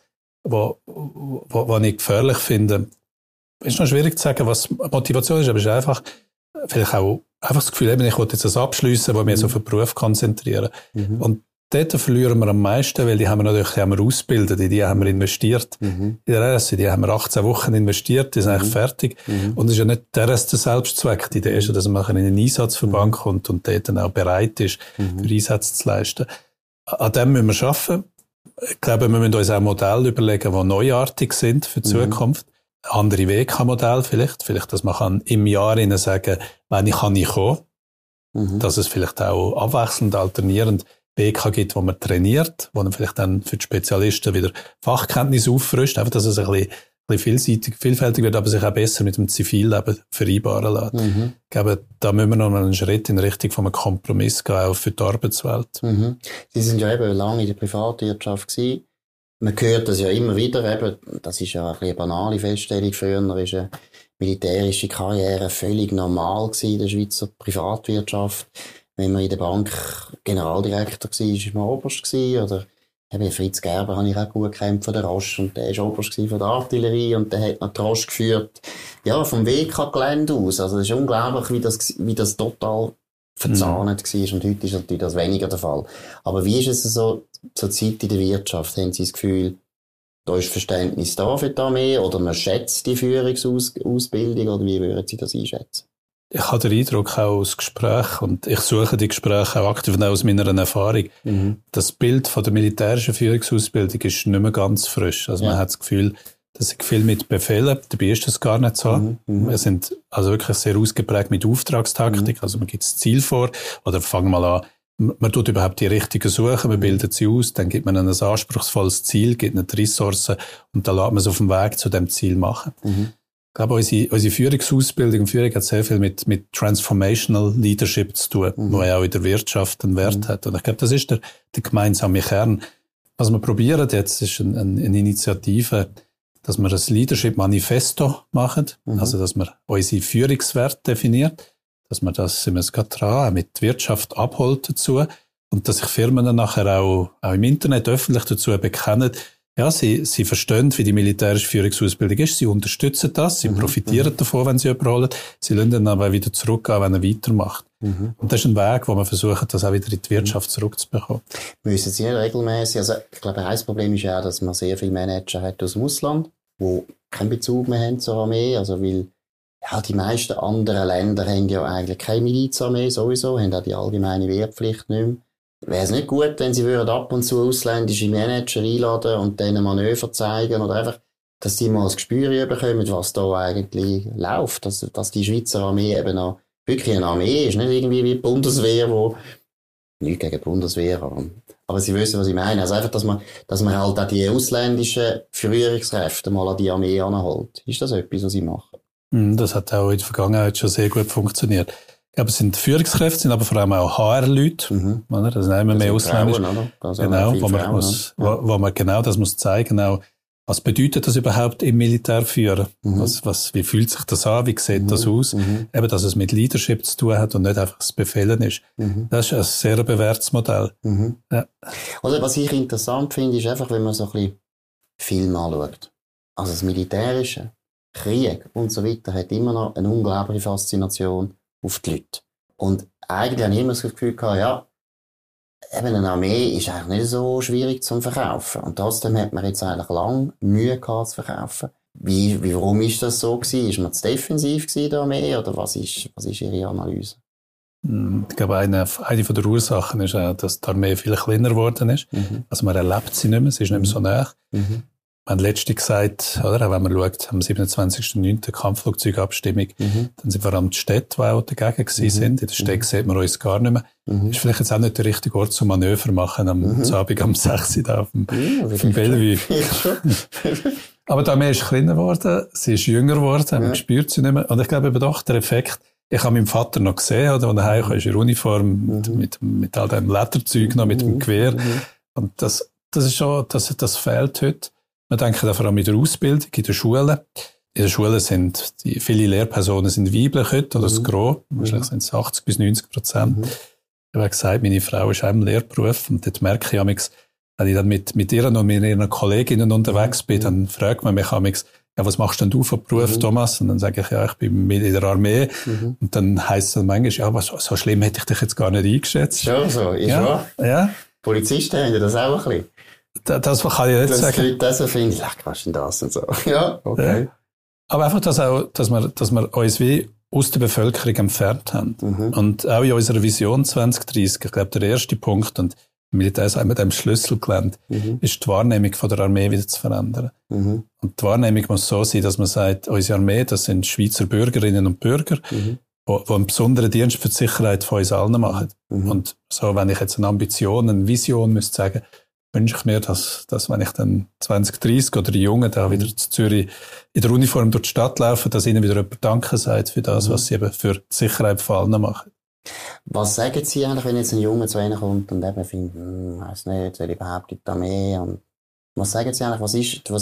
die ich gefährlich finde. Es ist noch schwierig zu sagen, was Motivation ist, aber es ist einfach, vielleicht auch einfach das Gefühl, eben, ich will jetzt das abschliessen, wo wir so auf den Beruf konzentrieren. Und dort verlieren wir am meisten, weil die haben wir ausgebildet, in die haben wir investiert. In der RS, die haben wir 18 Wochen investiert, die sind eigentlich fertig. Und es ist ja nicht der RS der Selbstzweck. Die Idee ist ja, dass man in einen Einsatzverband kommt und dort dann auch bereit ist, für Einsätze zu leisten. An dem müssen wir arbeiten. Ich glaube, wir müssen uns auch Modelle überlegen, die neuartig sind für die Zukunft. Andere WK-Modell vielleicht, dass man kann im Jahr ihnen sagen, wenn ich kann, ich komme. dass es vielleicht auch abwechselnd, alternierend BK gibt, wo man trainiert, wo dann vielleicht dann für die Spezialisten wieder Fachkenntnis auffrischt, einfach, dass es ein bisschen vielfältig wird, aber sich auch besser mit dem Zivilleben vereinbaren lässt. Ich glaube, da müssen wir noch einen Schritt in Richtung von einem Kompromiss gehen, auch für die Arbeitswelt.
Sie sind ja eben lange in der Privatwirtschaft gewesen. Man hört das ja immer wieder, eben, das ist ja ein bisschen eine banale Feststellung. Früher ist eine militärische Karriere völlig normal gewesen in der Schweizer Privatwirtschaft. Wenn man in der Bank Generaldirektor war, ist man Oberst gewesen, oder eben Fritz Gerber habe ich auch gut gekannt von der Roche, und der war Oberst von der Artillerie, und der hat noch die Roche geführt, ja, vom WK-Gelände aus. Also es ist unglaublich, wie das total verzahnt war, und heute ist natürlich das weniger der Fall. Aber wie ist es so zur Zeit in der Wirtschaft? Haben Sie das Gefühl, da ist Verständnis da für die Armee, oder man schätzt die Führungsausbildung, oder wie würden Sie das einschätzen?
Ich habe den Eindruck auch aus Gesprächen, und ich suche die Gespräche auch aktiv und auch aus meiner Erfahrung. Das Bild von der militärischen Führungsausbildung ist nicht mehr ganz frisch. Also man hat das Gefühl, dass ich viel mit Befehlen, dabei ist das gar nicht so. Wir sind also wirklich sehr ausgeprägt mit Auftragstaktik. Also man gibt das Ziel vor, oder fangen wir mal an, man tut überhaupt die richtigen suchen, man bildet sie aus, dann gibt man ein anspruchsvolles Ziel, gibt ihnen die Ressourcen, und dann lässt man es auf dem Weg zu dem Ziel machen. Ich glaube, unsere Führungsausbildung und Führung hat sehr viel mit Transformational Leadership zu tun, wo ja auch in der Wirtschaft einen Wert hat. Und ich glaube, das ist der gemeinsame Kern. Was wir probieren jetzt, ist eine Initiative, dass wir ein Leadership-Manifesto machen, also dass wir unsere Führungswerte definiert, dass man das, sind wir es gerade dran, auch mit Wirtschaft abholt dazu, und dass sich Firmen dann nachher auch im Internet öffentlich dazu bekennen, ja, sie verstehen, wie die militärische Führungsausbildung ist, sie unterstützen das, sie profitieren davon, wenn sie jemanden holen, sie lassen dann aber wieder zurückgehen, wenn er weitermacht. Und das ist ein Weg, wo wir versuchen, das auch wieder in die Wirtschaft zurückzubekommen.
Müssen Sie regelmäßig, also ich glaube, ein Problem ist ja auch, dass man sehr viele Manager hat aus dem Ausland, die keinen Bezug mehr haben zur Armee, also weil ja, die meisten anderen Länder haben ja eigentlich keine Milizarmee sowieso, haben auch die allgemeine Wehrpflicht nicht mehr. Wäre es nicht gut, wenn Sie würden ab und zu ausländische Manager einladen und denen Manöver zeigen, oder einfach, dass die mal ein Gespür bekommen, was da eigentlich läuft, dass die Schweizer Armee eben noch wirklich eine Armee ist, nicht irgendwie wie die Bundeswehr, wo nicht gegen die Bundeswehr, aber Sie wissen, was ich meine. Also einfach, dass man halt auch die ausländischen Führungskräfte mal an die Armee anholt. Ist das etwas, was Sie machen?
Das hat auch in der Vergangenheit schon sehr gut funktioniert. Ich glaube, es sind Führungskräfte, sind aber vor allem auch HR-Leute. Das sind immer mehr Ausländische. Genau, wo man genau das muss zeigen, auch, was bedeutet das überhaupt im Militär führen? Wie fühlt sich das an? Wie sieht das aus? Eben, dass es mit Leadership zu tun hat und nicht einfach das Befehlen ist. Das ist ein sehr bewährtes Modell. Ja.
Also, was ich interessant finde, ist einfach, wenn man so ein bisschen Film anschaut. Also, das Militärische, Krieg und so weiter hat immer noch eine unglaubliche Faszination auf die Leute. Und eigentlich habe ich immer das Gefühl gehabt, ja, eben eine Armee ist eigentlich nicht so schwierig zum Verkaufen. Und trotzdem hat man jetzt eigentlich lange Mühe gehabt zu verkaufen. Warum ist das so gewesen? Ist man zu defensiv gewesen, der Armee? Oder was ist Ihre Analyse?
Ich glaube, eine von der Ursachen ist auch, dass die Armee viel kleiner geworden ist. Also man erlebt sie nicht mehr, sie ist nicht mehr so nah. Wir haben letztens gesagt, oder, auch wenn man schaut, am 27.09. Kampfflugzeugabstimmung, dann sind vor allem die Städte, die auch dagegen gewesen sind. In den Städten sieht man uns gar nicht mehr. Ist vielleicht jetzt auch nicht der richtige Ort zum Manöver machen, am Abend um 6 Uhr da auf dem Bellevue. Aber die Armee ist kleiner geworden, sie ist jünger geworden, man spürt sie nicht mehr. Und ich glaube eben doch, der Effekt, ich habe meinen Vater noch gesehen, oder, als er heimkam, ist in Uniform, mit all dem Lederzeug noch, mit dem Gewehr. Und das ist schon, das fehlt heute. Wir denken da vor allem in der Ausbildung, in den Schulen. In den Schulen sind viele Lehrpersonen sind weiblich heute, oder das Gros. Wahrscheinlich sind es 80-90%. Ich habe gesagt, meine Frau ist auch im Lehrberuf, und dort merke ich amigs, wenn ich dann mit ihr und mit ihren Kolleginnen unterwegs bin, dann fragt man mich amigs, ja, was machst denn du für Beruf, Thomas? Und dann sage ich, ja, ich bin in der Armee. Und dann heisst es dann manchmal, ja, was, so schlimm hätte ich dich jetzt gar nicht eingeschätzt.
Schon so, ist wahr. Ja. Polizisten haben ja das auch ein bisschen.
Das kann ich nicht sagen.
Das finde ich, was ist denn das und so. Ja, okay.
Ja. Aber einfach, dass wir uns wie aus der Bevölkerung entfernt haben. Und auch in unserer Vision 2030, ich glaube, der erste Punkt, und im Militär sagen wir dem Schlüsselgelände, ist die Wahrnehmung von der Armee wieder zu verändern. Und die Wahrnehmung muss so sein, dass man sagt, unsere Armee, das sind Schweizer Bürgerinnen und Bürger, die wo einen besonderen Dienst für die Sicherheit von uns allen machen. Und so, wenn ich jetzt eine Ambition, eine Vision müsste sagen, wünsche ich mir, dass wenn ich dann 2030 oder die Jungen da wieder zu Zürich in der Uniform durch die Stadt laufen, dass ihnen wieder jemand Danke sagt für das, was sie eben für die Sicherheit von allen machen.
Was sagen Sie eigentlich, wenn jetzt ein Junge zu Ihnen kommt und eben findet, weiss nicht, soll ich überhaupt in die Armee? Und was sagen Sie eigentlich,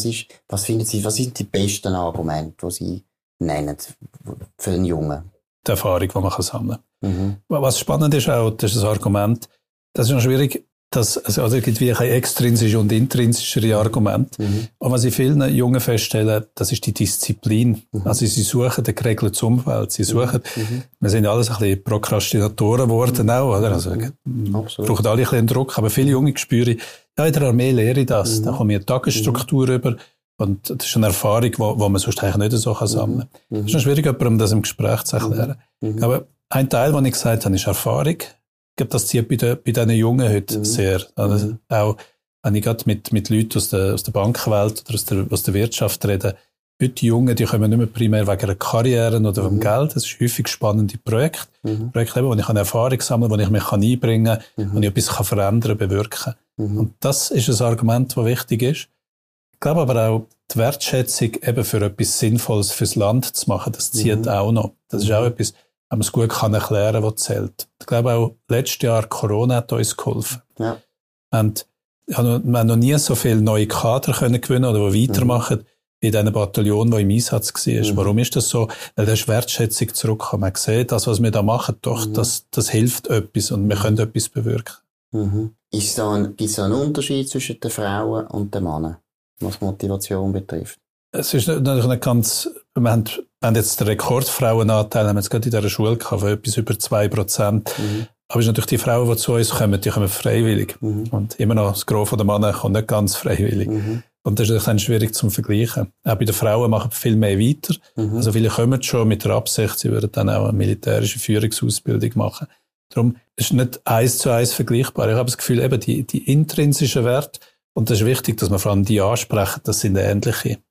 was finden Sie, was sind die besten Argumente, die Sie nennen für einen Jungen?
Die Erfahrung, die man sammeln kann. Was spannend ist auch, das ist ein Argument, das ist noch schwierig, es gibt wie ein extrinsische und intrinsische Argument. Aber was ich vielen Jungen feststellen, das ist die Disziplin. Also sie suchen ein geregeltes Umfeld. Sie suchen, wir sind ja alles ein bisschen Prokrastinatoren geworden auch, oder? Also, brauchen alle ein bisschen Druck. Aber viele Junge spüren, ja, in der Armee lehre ich das. Da komme ich eine Tagesstruktur über. Und das ist eine Erfahrung, die man sonst eigentlich nicht so sammeln kann. Es ist noch schwierig, jemandem das im Gespräch zu erklären. Aber ein Teil, den ich gesagt habe, ist Erfahrung. Ich glaube, das zieht bei diesen Jungen heute sehr. Also auch wenn ich gerade mit Leuten aus der Bankenwelt oder aus der Wirtschaft rede, heute die Jungen, die kommen nicht mehr primär wegen einer Karriere oder wegen Geld. Das ist häufig spannende Projekte. Projekte, wo ich eine Erfahrung sammeln kann, wo ich mich einbringen kann, wo ich etwas verändern, bewirken kann. Und das ist ein Argument, das wichtig ist. Ich glaube aber auch, die Wertschätzung eben für etwas Sinnvolles fürs Land zu machen, das zieht auch noch. Das ist auch etwas, wenn man es gut kann erklären, was zählt. Ich glaube auch, letztes Jahr Corona hat uns geholfen. Ja. Und wir haben noch nie so viele neue Kader können gewinnen oder die weitermachen, wie in diesen Bataillon, die im Einsatz war. Warum ist das so? Weil da ist Wertschätzung zurückgekommen. Man sieht, das, was wir da machen, doch, das hilft etwas und wir können etwas bewirken.
Gibt es da einen Unterschied zwischen den Frauen und den Männern, was Motivation betrifft?
Es ist natürlich nicht ganz, wir haben jetzt den Rekordfrauenanteil, haben wir jetzt gerade in dieser Schule gehabt, von etwas über 2%. Aber es ist natürlich die Frauen, die zu uns kommen, die kommen freiwillig. Und immer noch das Gros der Männer kommt nicht ganz freiwillig. Und das ist natürlich dann schwierig zum Vergleichen. Auch bei den Frauen machen viel mehr weiter. Also viele kommen schon mit der Absicht, sie würden dann auch eine militärische Führungsausbildung machen. Darum ist es nicht 1:1 vergleichbar. Ich habe das Gefühl, eben die intrinsischen Werte, und das ist wichtig, dass wir vor allem die ansprechen, das sind ähnliche.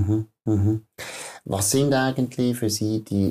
Was sind eigentlich für Sie die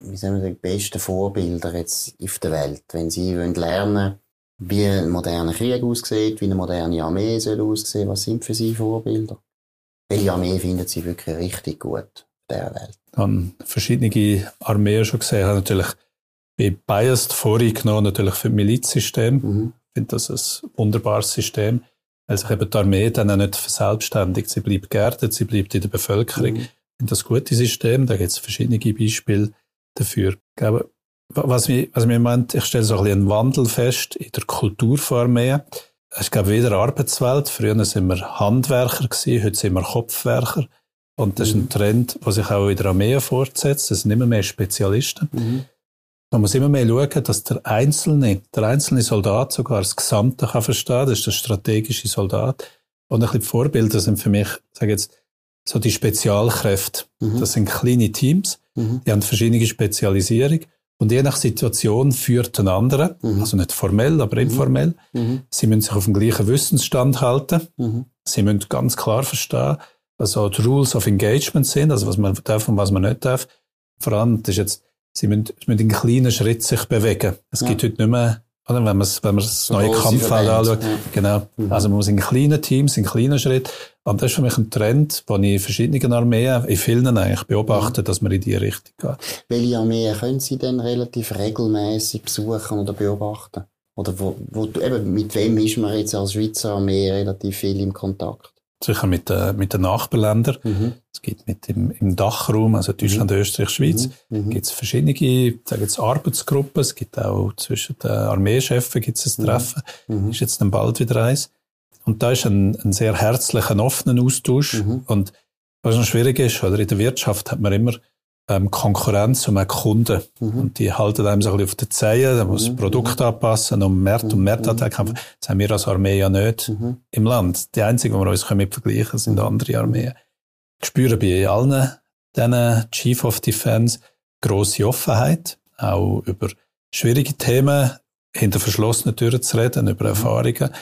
besten Vorbilder jetzt auf der Welt, wenn Sie lernen wollen, wie ein moderner Krieg aussieht, wie eine moderne Armee soll aussehen? Was sind für Sie Vorbilder? Welche Armee finden Sie wirklich richtig gut auf dieser Welt?
Ich habe verschiedene Armeen schon gesehen. Ich habe natürlich bei Biased vorgenommen, natürlich für das Milizsystem. Ich finde das ein wunderbares System. Weil sich eben die Armee dann auch nicht verselbstständigt. Sie bleibt geerdet, sie bleibt in der Bevölkerung. Ich finde das gute System. Da gibt es verschiedene Beispiele dafür. Ich glaube, was mir meint, ich stelle so ein bisschen einen Wandel fest in der Kultur von Armee. Es ist, glaube ich, wieder Arbeitswelt. Früher sind wir Handwerker gewesen, heute sind wir Kopfwerker. Und das ist ein Trend, der sich auch in der Armee fortsetzt. Es sind immer mehr Spezialisten. Man muss immer mehr schauen, dass der einzelne Soldat sogar das Gesamte kann verstehen. Das ist der strategische Soldat. Und ein bisschen die Vorbilder sind für mich, sage jetzt, so die Spezialkräfte. Das sind kleine Teams, die haben verschiedene Spezialisierung. Und je nach Situation führt ein anderer, also nicht formell, aber informell. Sie müssen sich auf dem gleichen Wissensstand halten. Sie müssen ganz klar verstehen, was so die Rules of Engagement sind, also was man darf und was man nicht darf. Vor allem, das ist jetzt, Sie müssen in kleinen Schritten sich bewegen. Es gibt heute nicht mehr, oder, wenn man das neue Kampffeld anschaut. Ja. Genau. Also man muss in kleinen Teams, in kleinen Schritten. Und das ist für mich ein Trend, den ich in verschiedenen Armeen, in vielen eigentlich beobachte, dass man in die Richtung geht.
Welche Armeen können Sie denn relativ regelmäßig besuchen oder beobachten? Oder eben, mit wem ist man jetzt als Schweizer Armee relativ viel im Kontakt?
Sicher mit den Nachbarländern. Es gibt im Dachraum, also Deutschland, Österreich, Schweiz, gibt es verschiedene, sage jetzt Arbeitsgruppen. Es gibt auch zwischen den Armeechefen gibt es ein Treffen. Ist jetzt dann bald wieder eins. Und da ist ein sehr herzlicher, offener Austausch. Und was noch schwierig ist, oder in der Wirtschaft hat man immer Konkurrenz um Kunden. Und die halten einem so ein bisschen auf die Zehen, da muss das Produkt anpassen, um Marktattack kämpfen. Das haben wir als Armee ja nicht im Land. Die einzigen, die wir uns mit vergleichen können, sind andere Armeen. Ich spüre bei allen diesen Chief of Defense grosse Offenheit, auch über schwierige Themen hinter verschlossenen Türen zu reden, über Erfahrungen.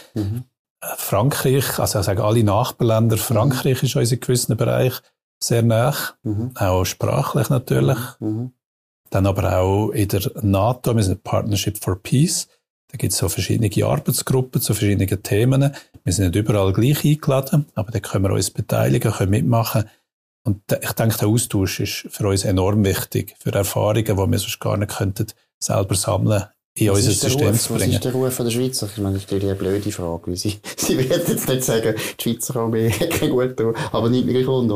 Frankreich, also ich sage alle Nachbarländer, Frankreich ist uns in gewissen Bereich sehr nah, auch sprachlich natürlich. Dann aber auch in der NATO, wir sind Partnership for Peace. Da gibt es so verschiedene Arbeitsgruppen zu verschiedenen Themen. Wir sind nicht überall gleich eingeladen, aber da können wir uns beteiligen, können mitmachen. Und ich denke, der Austausch ist für uns enorm wichtig, für Erfahrungen, die wir sonst gar nicht könnten selber sammeln, in unser System zu bringen.
Was ist der Ruf der Schweizer? Ich meine, das ist natürlich eine blöde Frage, weil Sie werden jetzt nicht sagen, die Schweizer Armee hat keinen guten Ruf. Aber nicht mehr Wunder,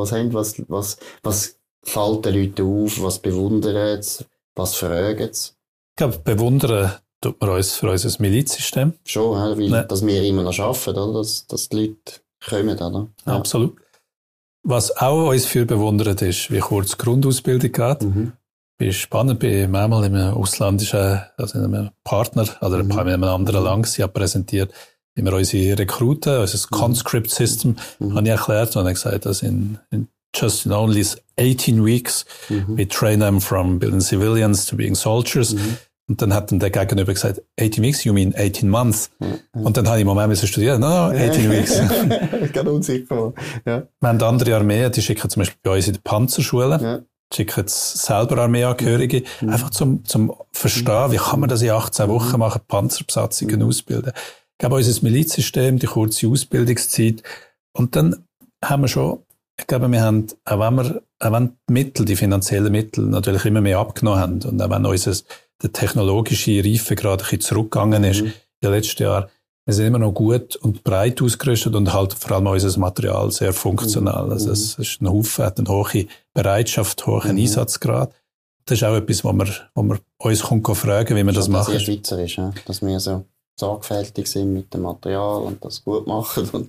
was fällt den Leuten auf, was bewundern sie, was fragen sie?
Ich glaube, bewundern tut man uns für unser Milizsystem.
Schon, weil dass wir immer noch arbeiten, oder? Dass die Leute kommen, oder?
Ja. Absolut. Was auch uns viel bewundert ist, wie kurz die Grundausbildung geht. Ist spannend, bei manchmal in einem ausländischen, also in einem Partner oder in einem anderen Land, sie hat präsentiert, wie wir unsere Rekruten, unser Conscript System, habe ich erklärt und er gesagt, dass in just in only 18 weeks we train them from being civilians to being soldiers. Und dann hat dann der Gegenüber gesagt, 18 weeks, you mean 18 months? Und dann habe ich im Moment studiert, no, 18 weeks.
Ich bin unsicher. Ja.
Wir haben andere Armeen, die schicken zum Beispiel bei uns in die Panzerschule, schicken jetzt selber Armeeangehörige, einfach zum Verstehen, wie kann man das in 18 Wochen machen, Panzerbesatzungen ausbilden. Ich glaube, unser Milizsystem, die kurze Ausbildungszeit. Und dann haben wir schon, ich glaube, wir haben, auch wenn die Mittel, die finanziellen Mittel natürlich immer mehr abgenommen haben und auch wenn der technologische Reifegrad ein bisschen zurückgegangen ist in den letzten Jahren, wir sind immer noch gut und breit ausgerüstet und halt vor allem unser Material sehr funktional. Also es ist ein Haufen, hat eine hohe Bereitschaft, hohen Einsatzgrad. Das ist auch etwas, wo wir uns fragen, wie wir das machen.
Das ist sehr schweizerisch, ja? Dass wir so sorgfältig sind mit dem Material und das gut machen. Und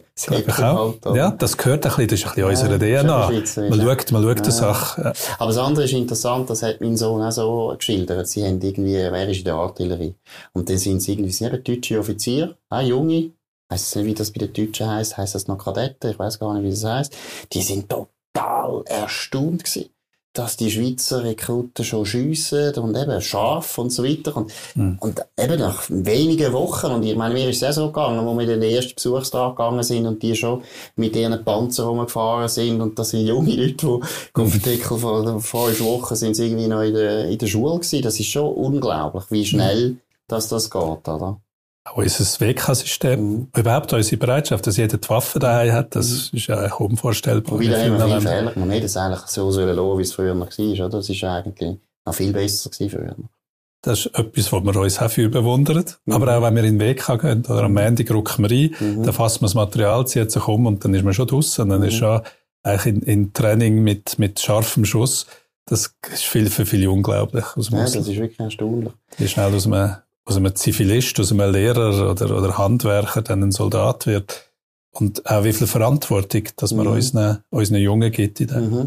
ja, das gehört ein bisschen, das ist ein bisschen unsere DNA. Man schaut die Sache.
Aber das andere ist interessant, das hat mein Sohn auch so geschildert. Sie haben irgendwie, er ist in der Artillerie. Und dann sind sie eben deutsche Offizier, auch junge. Ich weiss nicht, wie das bei den Deutschen heisst das noch Kadetten? Ich weiss gar nicht, wie das heisst. Die sind total erstaunt gewesen, dass die Schweizer Rekruten schon schiessen und eben scharf und so weiter. Und eben nach wenigen Wochen, und ich meine, mir ist es auch so gegangen, wo wir in den ersten Besuchstag gegangen sind und die schon mit ihren Panzern rumgefahren sind und das sind junge Leute, die Kopfdeckel vor 5 Wochen sind sie irgendwie noch in der Schule gewesen. Das ist schon unglaublich, wie schnell das geht, oder?
Auch unser WK-System, überhaupt unsere Bereitschaft, dass jeder die Waffe daheim hat, das ist ja kaum vorstellbar.
Wobei da haben wir viel Fehler. Man hätte es eigentlich so lassen, wie es früher noch war, oder? Das ist eigentlich noch viel besser gewesen früher.
Das ist etwas, was wir uns auch viel bewundern. Aber auch wenn wir in den WK gehen, oder am Montag rücken wir ein, dann fassen wir das Material, zieht sich um und dann ist man schon draussen. Dann ist schon eigentlich in Training mit scharfem Schuss. Das ist für viele unglaublich.
Ja, das ist wirklich erstaunlich.
Wie schnell aus einem Zivilist, aus einem Lehrer oder Handwerker dann ein Soldat wird. Und auch wie viel Verantwortung, dass man unseren Jungen gibt in dem.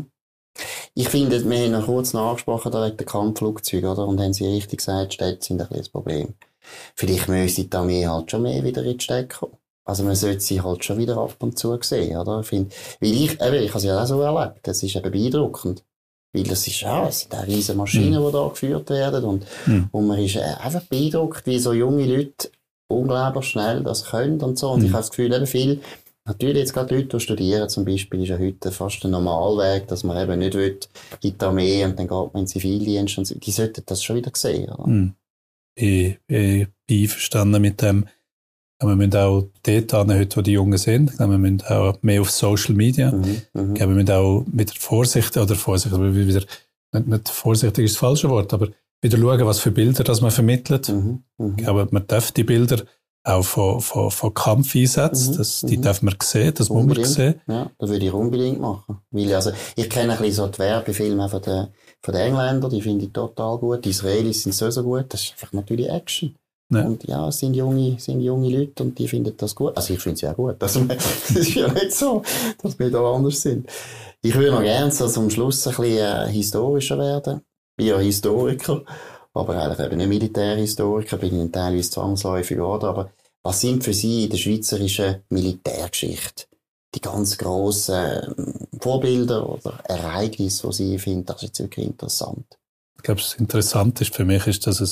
Ich finde, wir haben noch kurz angesprochen, da wegen der Kampfflugzeuge, oder? Und haben Sie richtig gesagt, Städte sind ein bisschen das Problem. Vielleicht müsste die Armee halt schon mehr wieder in die Städte kommen. Also man sollte sie halt schon wieder ab und zu sehen, oder? Ich habe es ja auch so erlebt. Das ist eben beeindruckend. Weil das sind auch riesige Maschinen, die da geführt werden. Und man ist einfach beeindruckt, wie so junge Leute unglaublich schnell das können und so. Und ich habe das Gefühl, eben viel, natürlich jetzt gerade Leute, die studieren zum Beispiel, ist ja heute fast ein Normalweg, dass man eben nicht will in die Armee und dann geht man in den Zivildienst und so. Die sollten das schon wieder sehen, oder?
Ich bin einverstanden mit dem. Wir müssen auch dort hin, heute, wo die Jungen sind. Wir müssen auch mehr auf Social Media. Wir müssen auch wieder nicht vorsichtig ist das falsche Wort, aber wieder schauen, was für Bilder das man vermittelt. Ich glaube, man darf die Bilder auch von Kampfeinsätzen, die darf man sehen, das muss man sehen.
Ja, das würde ich unbedingt machen. Weil, also, ich kenne ein bisschen so die Werbefilme von den Engländern, die finde ich total gut. Die Israelis sind so gut. Das ist einfach natürlich Action. Ja. Und ja, es sind junge Leute und die finden das gut. Also ich finde es ja gut. Also, es ist ja nicht so, dass wir da anders sind. Ich würde noch gerne so zum Schluss ein bisschen historischer werden. Ich bin ja Historiker, aber eigentlich eben nicht Militärhistoriker, bin ich teilweise zwangsläufig geworden. Aber was sind für Sie in der schweizerischen Militärgeschichte die ganz grossen Vorbilder oder Ereignisse, die Sie finden, das ist jetzt wirklich interessant?
Ich glaube, das Interessante ist für mich, ist, dass es eine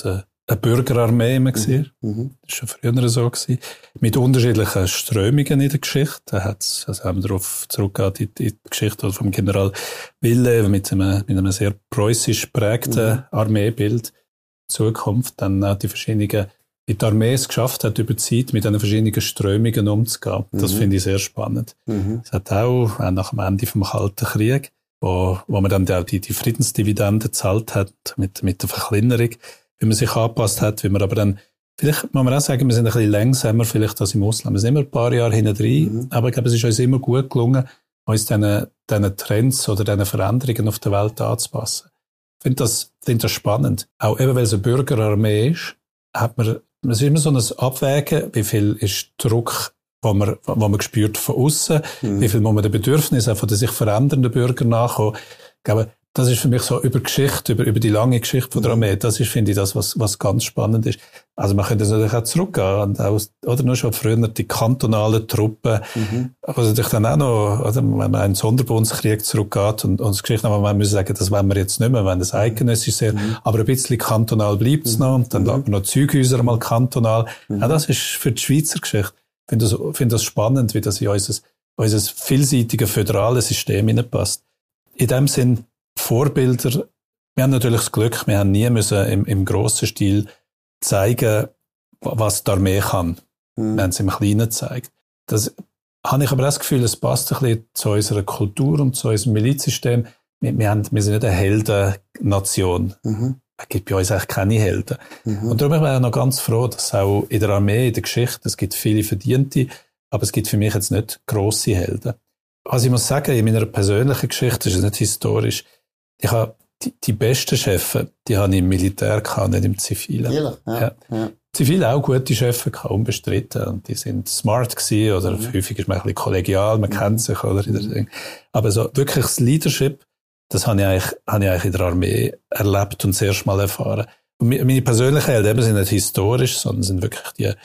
eine Bürgerarmee immer gesehen. Das war schon früher so gewesen. Mit unterschiedlichen Strömungen in der Geschichte. Also haben wir darauf zurückgehen, die Geschichte vom General Wille mit einem sehr preußisch prägten Armeebild. Zukunft, dann auch die verschiedenen, wie die Armee es geschafft hat, über die Zeit mit den verschiedenen Strömungen umzugehen. Das finde ich sehr spannend. Es hat auch nach dem Ende vom Kalten Krieg, wo man dann auch die Friedensdividende gezahlt hat, mit der Verkleinerung, wie man sich angepasst hat, wie man aber dann, vielleicht muss man auch sagen, wir sind ein bisschen langsamer vielleicht als im Ausland. Wir sind immer ein paar Jahre hinten drin, aber ich glaube, es ist uns immer gut gelungen, uns diesen Trends oder diesen Veränderungen auf der Welt anzupassen. Ich finde das spannend. Auch eben, weil es eine Bürgerarmee ist, es ist immer so ein Abwägen, wie viel ist Druck, wo man spürt von außen, wie viel muss man den Bedürfnissen auch von den sich verändernden Bürgern nachkommen. Ich glaube, das ist für mich so über Geschichte, über die lange Geschichte von der Armee. Das ist, finde ich, das, was ganz spannend ist. Also man könnte natürlich auch zurückgehen und oder nur schon früher die kantonalen Truppen, aber natürlich dann auch noch, oder, wenn man einen Sonderbundskrieg zurückgeht und das Geschichte, aber man muss sagen, das wollen wir jetzt nicht mehr, wenn das eidgenössisch ist, aber ein bisschen kantonal bleibt es noch und dann lässt man noch Zeughäuser mal kantonal. Ja, das ist für die Schweizer Geschichte. Ich finde das spannend, wie das in unser vielseitiges föderales System hineinpasst. In dem Sinn, Vorbilder, wir haben natürlich das Glück, wir haben nie müssen im grossen Stil zeigen, was die Armee kann. Wir haben es im Kleinen gezeigt. Das habe ich aber auch das Gefühl, es passt ein bisschen zu unserer Kultur und zu unserem Milizsystem. Wir sind nicht eine Heldennation. Es gibt bei uns eigentlich keine Helden. Und darum bin ich noch ganz froh, dass auch in der Armee, in der Geschichte, es gibt viele Verdiente, aber es gibt für mich jetzt nicht grosse Helden. Was ich muss sagen, in meiner persönlichen Geschichte, ist es nicht historisch, ich habe die besten Chefs, die habe ich im Militär gehabt, nicht im Zivilen. Ja. Zivil auch gute Chefs gehabt, unbestritten. Und die sind smart gewesen, oder häufig ist man ein bisschen kollegial, man kennt sich, oder? Aber so wirklich das Leadership, das habe ich eigentlich in der Armee erlebt und das erste Mal erfahren. Und meine persönlichen Helden eben sind nicht historisch, sondern sind wirklich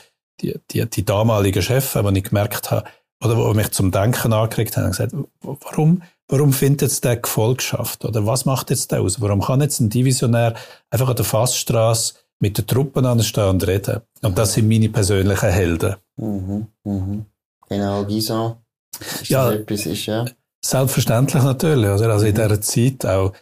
die damaligen Chefs, die ich gemerkt habe, oder wo mich zum Denken angeregt haben und gesagt, warum findet jetzt der Gefolgschaft? Oder was macht jetzt der aus? Warum kann jetzt ein Divisionär einfach an der Fassstrasse mit den Truppen anstehen und reden? Und das sind meine persönlichen Helden.
Genau, Gisant.
Ja, selbstverständlich natürlich. Oder? Also in dieser Zeit auch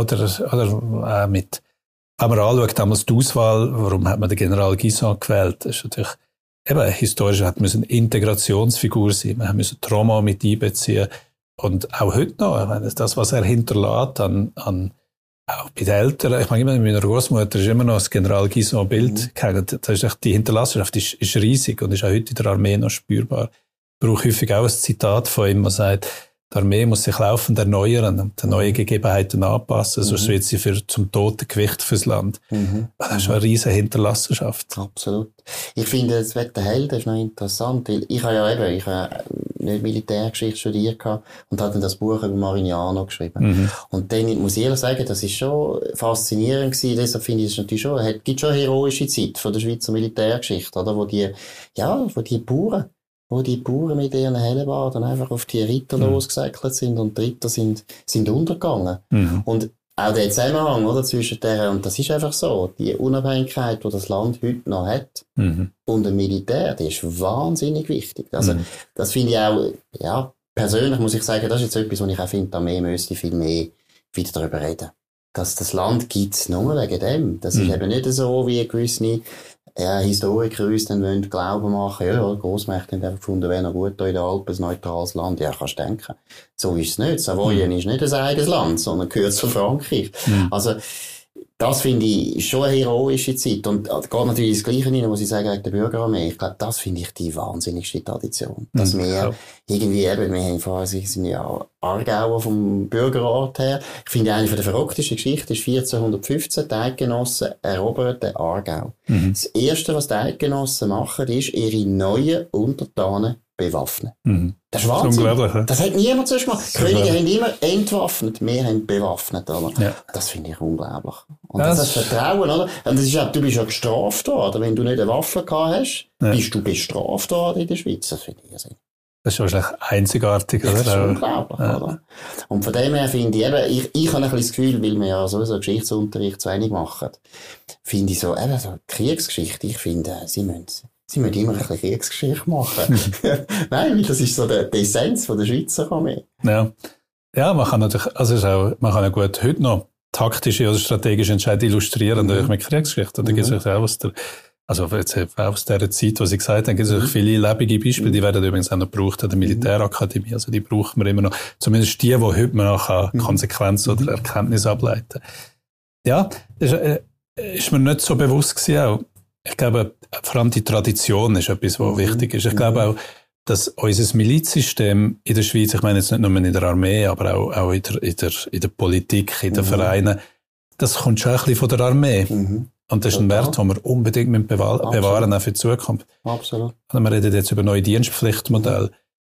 mit, wenn man anschaut, damals die Auswahl, warum hat man den General Gisant gewählt? Das ist natürlich eben historisch, hat müssen eine Integrationsfigur sein. Wir müssen Trauma mit einbeziehen. Und auch heute noch, wenn das, was er hinterlässt auch bei den Eltern, ich meine, immer meiner Großmutter ist immer noch das General Gisant-Bild gehangen. Das ist echt, die Hinterlassenschaft ist riesig und ist auch heute in der Armee noch spürbar. Ich brauche häufig auch ein Zitat von ihm, der sagt, die Armee muss sich laufend erneuern und den neuen Gegebenheiten anpassen, sonst wird sie zum toten Gewicht fürs Land. Das ist eine riesige Hinterlassenschaft.
Absolut. Ich finde, das Wett der Helden ist noch interessant, weil ich habe nicht Militärgeschichte studiert und habe dann das Buch über Marignano geschrieben. Und dann muss ich ehrlich sagen, das ist schon faszinierend gewesen, deshalb finde ich es natürlich schon, es gibt schon eine heroische Zeit von der Schweizer Militärgeschichte, oder, wo die Bauern mit ihren Hellebarden einfach auf die Ritter losgesäckelt sind und die Ritter sind untergegangen. Und auch der Zusammenhang, oder, zwischen der, und das ist einfach so, die Unabhängigkeit, die das Land heute noch hat, und dem Militär, die ist wahnsinnig wichtig. Also, das finde ich auch, ja, persönlich muss ich sagen, das ist jetzt etwas, was ich auch finde, die Armee müsste viel mehr wieder darüber reden. Dass das Land gibt's nur wegen dem. Das ist eben nicht so, wie gewisse Historiker uns dann wollen glauben machen, ja, Grossmächte haben einfach gefunden, wäre noch gut da in den Alpen, ein neutrales Land. Ja, kannst denken. So ist es nicht. Savoyen ist nicht ein eigenes Land, sondern gehört zu Frankreich. Also, das finde ich schon eine heroische Zeit. Und geht natürlich das Gleiche rein, was ich sage, wegen der Bürgerarmee. Ich glaube, das finde ich die wahnsinnigste Tradition. Dass wir irgendwie eben, wir haben vorher, sind ja Aargauer vom Bürgerrat her. Ich finde, eine der verrücktesten Geschichten ist 1415, die Eidgenossen erobern den Aargau. Das Erste, was die Eidgenossen machen, ist, ihre neuen Untertanen bewaffnen. Das ist Wahnsinn. Das, das hat niemand sonst gemacht. Die Könige haben immer entwaffnet, wir haben bewaffnet. Oder? Ja. Das finde ich unglaublich. Und das ist Vertrauen, oder? Und das ist auch, du bist ja gestraft worden. Wenn du nicht eine Waffe gehabt hast, bist du bestraft worden in der Schweiz. Das finde ich irrsinnig.
Das ist wahrscheinlich einzigartig, oder?
Das ist unglaublich, oder? Und von dem her finde ich eben, ich habe ein bisschen das Gefühl, weil wir ja sowieso Geschichtsunterricht zu wenig machen, finde ich so, eben so Kriegsgeschichte, ich finde, sie müssen immer ein bisschen Kriegsgeschichte machen. Nein, weil das ist so die Essenz von der Schweizer Armee.
Ja, man kann natürlich, man kann ja gut heute noch taktische oder strategische Entscheidungen illustrieren durch mit Kriegsgeschichte. Da gibt es auch jetzt auch aus dieser Zeit, was ich gesagt habe, gibt es viele lebende Beispiele, die werden übrigens auch noch gebraucht an der Militärakademie. Also die brauchen wir immer noch. Zumindest die heute man noch Konsequenzen oder Erkenntnisse ableiten. Ja, das ist mir nicht so bewusst gewesen auch. Ich glaube, vor allem die Tradition ist etwas, was wichtig ist. Ich glaube auch, dass unser Milizsystem in der Schweiz, ich meine jetzt nicht nur in der Armee, aber auch in der Politik, in den Vereinen, das kommt schon ein bisschen von der Armee. Und das ist ein Wert, den wir unbedingt bewahren, auch für die Zukunft.
Absolut.
Und wir reden jetzt über neue Dienstpflichtmodelle.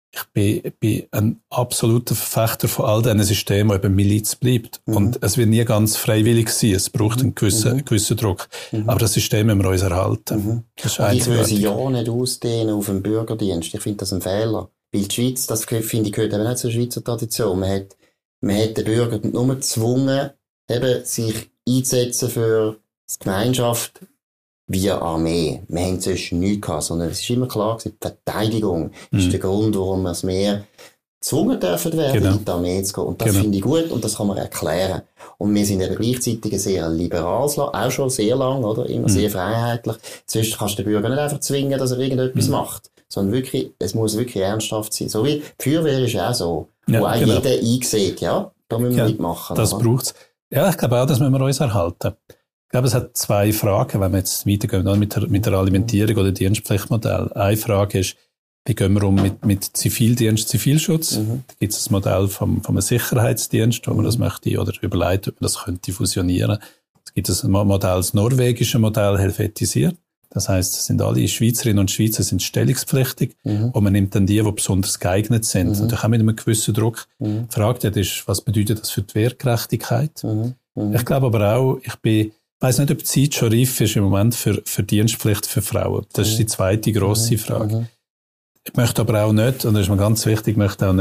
Ich bin ein absoluter Verfechter von all diesen Systemen, die eben Miliz bleibt. Und es wird nie ganz freiwillig sein. Es braucht einen gewissen Druck. Aber das System müssen wir uns erhalten.
Das ist ich will sie ja nicht ausdehnen auf den Bürgerdienst. Ich finde das ein Fehler. Weil die Schweiz, das finde ich, gehört eben nicht zur Schweizer Tradition. Man hat den Bürger nur gezwungen, eben sich einzusetzen für die Gemeinschaft via Armee. Wir haben sonst nichts gehabt, sondern es ist immer klar gewesen, die Verteidigung ist der Grund, warum wir es mehr gezwungen dürfen werden, in die Armee zu gehen. Und das finde ich gut und das kann man erklären. Und wir sind eben gleichzeitig ein sehr liberales Land, auch schon sehr lang, oder? Immer sehr freiheitlich. Sonst kannst du den Bürger nicht einfach zwingen, dass er irgendetwas macht. Sondern wirklich, es muss wirklich ernsthaft sein. So wie die Feuerwehr ist auch so. Wo auch jeder einsieht, da müssen wir mitmachen.
Das braucht's. Ja, ich glaube auch, das müssen wir uns erhalten. Ich glaube, es hat zwei Fragen, wenn wir jetzt weitergehen mit der Alimentierung oder Dienstpflichtmodell. Eine Frage ist, wie gehen wir um mit Zivildienst, Zivilschutz? Da gibt es ein Modell vom Sicherheitsdienst, wo man das möchte oder überlegt, ob man das könnte fusionieren. Es gibt ein Modell, das norwegische Modell, helvetisiert. Das heisst, sind alle Schweizerinnen und Schweizer sind stellungspflichtig und man nimmt dann die besonders geeignet sind. Und da kann mit einem gewissen Druck gefragt ist, was bedeutet das für die Wehrgerechtigkeit? Ich glaube aber auch, ich weiss nicht, ob die Zeit schon reif ist im Moment für Dienstpflicht für Frauen. Das ist die zweite grosse Frage. Ich möchte aber auch nicht, und das ist mir ganz wichtig,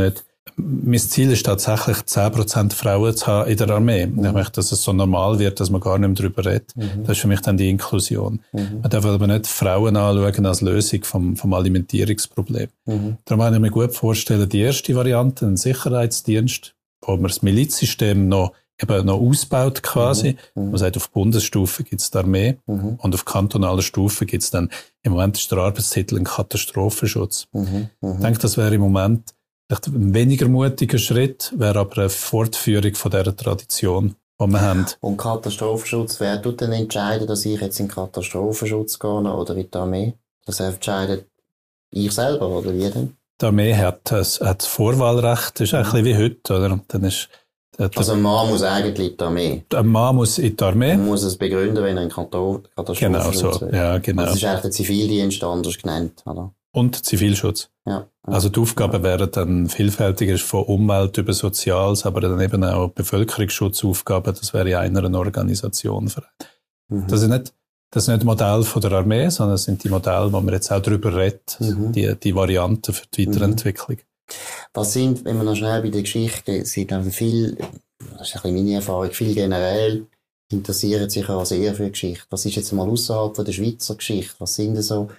mein Ziel ist tatsächlich 10% Frauen zu haben in der Armee. Ich möchte, dass es so normal wird, dass man gar nicht mehr darüber redet. Das ist für mich dann die Inklusion. Man darf aber nicht Frauen anschauen als Lösung vom Alimentierungsproblem. Darum kann ich mir gut vorstellen, die erste Variante, ein Sicherheitsdienst, wo man das Milizsystem noch ausbaut quasi. Man sagt, auf Bundesstufe gibt es die Armee und auf kantonaler Stufe gibt es dann, im Moment ist der Arbeitstitel ein Katastrophenschutz. Ich denke, das wäre im Moment vielleicht ein weniger mutiger Schritt, wäre aber eine Fortführung von dieser Tradition, die wir haben. Und
Katastrophenschutz, wer tut denn entscheiden, dass ich jetzt in den Katastrophenschutz gehe oder in die Armee? Das entscheidet ich selber, oder wie denn?
Die Armee hat das Vorwahlrecht, das ist ein bisschen wie heute, oder? Und dann ist
also ein Mann muss eigentlich in die Armee.
Ein Mann muss in die Armee.
Man muss es begründen, wenn er in Katastrophenschutz
Genau so, ja, genau.
Also das ist eigentlich der Zivildienst anders genannt, oder?
Und Zivilschutz.
Ja.
Also die Aufgaben wären dann vielfältiger von Umwelt über Soziales, aber dann eben auch Bevölkerungsschutzaufgaben, das wäre in einer Organisation. Das ist nicht Modell von der Armee, sondern das sind die Modelle, wo man jetzt auch darüber redet, die Varianten für die Weiterentwicklung.
Was sind, wenn wir noch schnell bei der Geschichte sind, das ist ein bisschen meine Erfahrung, viel generell interessieren sich auch sehr für Geschichte. Was ist jetzt mal außerhalb von der Schweizer Geschichte? Was sind denn so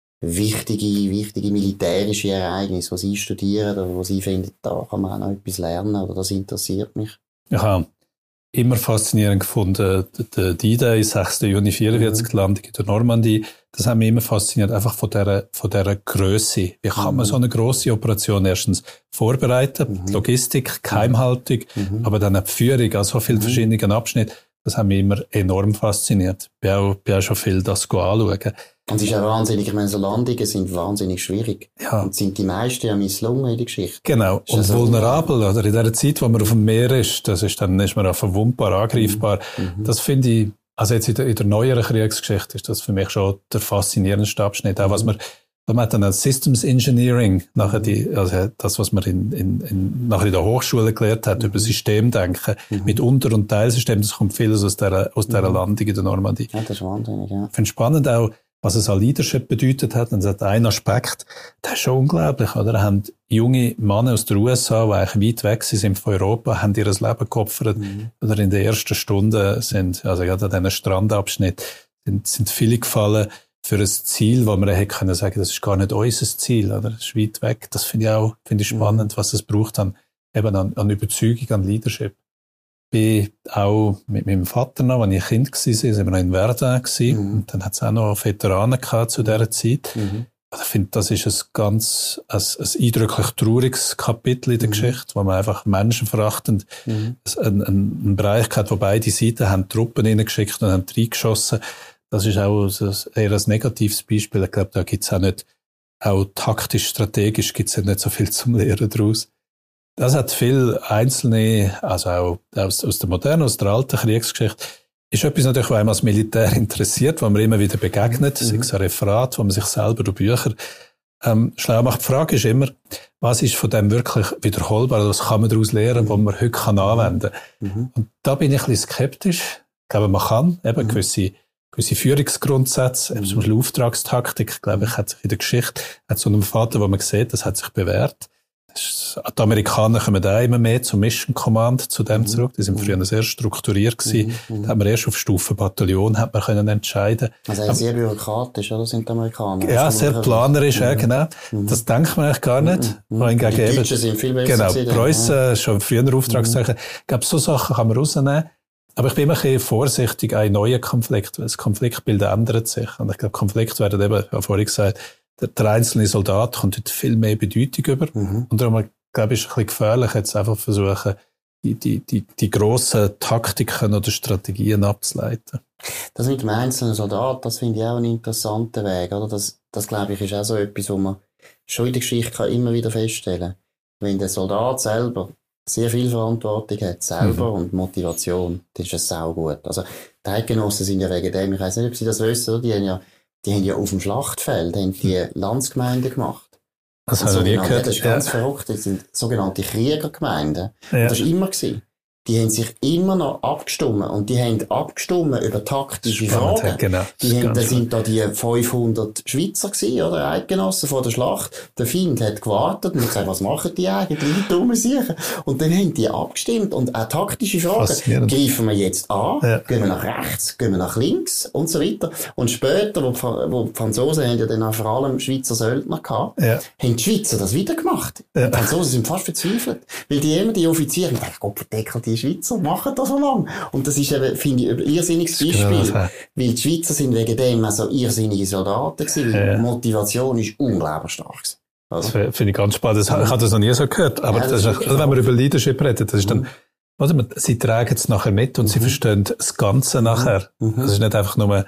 wichtige militärische Ereignisse, die Sie studieren oder wo Sie finden, da kann man auch noch etwas lernen oder das interessiert mich?
Ich habe immer faszinierend gefunden, der D-Day, 6. Juni 1944, die Landung in der Normandie. Das hat mich immer fasziniert, einfach von dieser Grösse. Wie kann man so eine grosse Operation erstens vorbereiten, die Logistik, Geheimhaltung, aber dann auch die Führung an so vielen verschiedenen Abschnitten. Das hat mich immer enorm fasziniert. Ich bin auch schon viel das anschauen.
Und es ist auch wahnsinnig, ich meine, so Landungen sind wahnsinnig schwierig.
Ja.
Und sind die meisten ja misslungen in der Geschichte.
Genau. Und also vulnerabel, oder? In der Zeit, wo man auf dem Meer ist, dann ist man auch verwundbar, angreifbar. Das finde ich, also jetzt in der neueren Kriegsgeschichte ist das für mich schon der faszinierendste Abschnitt. Auch was man hat dann als Systems Engineering, nachher das, was man nachher in der Hochschule gelernt hat, über Systemdenken, mit Unter- und Teilsystemen, das kommt vieles aus dieser Landung in der Normandie.
Ja, das ist wahnsinnig, ja.
Ich finde spannend auch, was es an Leadership bedeutet hat. Und es hat einen Aspekt, der ist schon unglaublich, oder? Da haben junge Männer aus den USA, die eigentlich weit weg sind von Europa, haben ihr Leben geopfert. Oder in der ersten Stunde also gerade an diesem Strandabschnitt, sind viele gefallen für ein Ziel, wo man hätte können sagen, das ist gar nicht unser Ziel, oder? Das ist weit weg. Das finde ich spannend, was es braucht an Überzeugung, an Leadership. Ich bin auch mit meinem Vater noch, als ich Kind war, sind wir noch in Verdun gewesen. Und dann hat es auch noch Veteranen gehabt zu dieser Zeit. Ich finde, das ist ein eindrücklich trauriges Kapitel in der Geschichte, wo man einfach menschenverachtend einen Bereich hat, wo beide Seiten haben Truppen reingeschickt und haben reingeschossen. Das ist auch eher ein negatives Beispiel. Ich glaube, da gibt es auch taktisch, strategisch gibt es nicht so viel zum Lehren daraus. Das hat viel einzelne, also auch aus der modernen, aus der alten Kriegsgeschichte, ist etwas natürlich, was einem als Militär interessiert, wo man immer wieder begegnet, sei es ein Referat, wo man sich selber durch Bücher schlau macht. Die Frage ist immer, was ist von dem wirklich wiederholbar, was kann man daraus lernen, was man heute anwenden kann. Und da bin ich ein bisschen skeptisch. Ich glaube, man kann eben gewisse Führungsgrundsätze, zum Beispiel Auftragstaktik, glaube ich, hat sich in der Geschichte, hat so einem Vater, wo man sieht, das hat sich bewährt. Die Amerikaner kommen da immer mehr zum Mission Command, zu dem zurück. Die sind früher sehr strukturiert gewesen. Da hat man erst auf Stufe Bataillon hat man können entscheiden.
Also sehr bürokratisch, oder? Sind die Amerikaner?
Ja, sehr planerisch, ja, genau. Das denkt man eigentlich gar nicht.
Die Deutschen sind viel besser gewesen.
Genau, Preußen, schon früher Auftragszeichen. Ich glaube, so Sachen kann man rausnehmen. Aber ich bin immer ein bisschen vorsichtig an neuen Konflikten, weil das Konfliktbild ändert sich. Und ich glaube, Konflikte werden eben, wie vorhin gesagt, der einzelne Soldat kommt heute viel mehr Bedeutung über. Und darum, glaube ich, ist es ein bisschen gefährlich, jetzt einfach versuchen, die grossen Taktiken oder Strategien abzuleiten.
Das mit dem einzelnen Soldat, das finde ich auch einen interessanten Weg, oder? Das glaube ich, ist auch so etwas, wo man schon in der Geschichte immer wieder feststellen kann. Wenn der Soldat selber sehr viel Verantwortung hat, selber und Motivation, dann ist das saugut. Also, die Eidgenossen sind ja wegen dem, ich weiss nicht, ob Sie das wissen, oder? Die haben ja auf dem Schlachtfeld die Landsgemeinden gemacht.
Das habe ich nie gehört.
Das ist ganz verrückt. Das sind sogenannte Kriegergemeinden. Ja. Das war immer gewesen. Die haben sich immer noch abgestimmt. Und die haben abgestimmt über taktische Fragen. Ja, genau. Da sind da die 500 Schweizer gewesen, oder? Eidgenossen vor der Schlacht. Der Feind hat gewartet und gesagt, was machen die eigentlich? Dumme Sachen. Und dann haben die abgestimmt. Und auch taktische Fragen. Greifen wir jetzt an? Ja. Gehen wir nach rechts? Gehen wir nach links? Und so weiter. Und später, wo die Franzosen haben ja dann auch vor allem Schweizer Söldner gehabt, haben die Schweizer das wieder gemacht. Ja. Die Franzosen sind fast verzweifelt. Weil die Offiziere, ich dachte, Gott verdeckel die Schweizer machen das so lange. Und das ist eben, finde ich, ein irrsinniges Beispiel. Weil die Schweizer sind wegen dem so irrsinnige Soldaten gewesen, weil die Motivation ist unglaublich stark gewesen.
Das finde ich ganz spannend. Ich habe das noch nie so gehört. Aber das ist also wenn man über Leadership redet, das ist dann, sie tragen es nachher mit und sie verstehen das Ganze nachher. Das ist nicht einfach nur,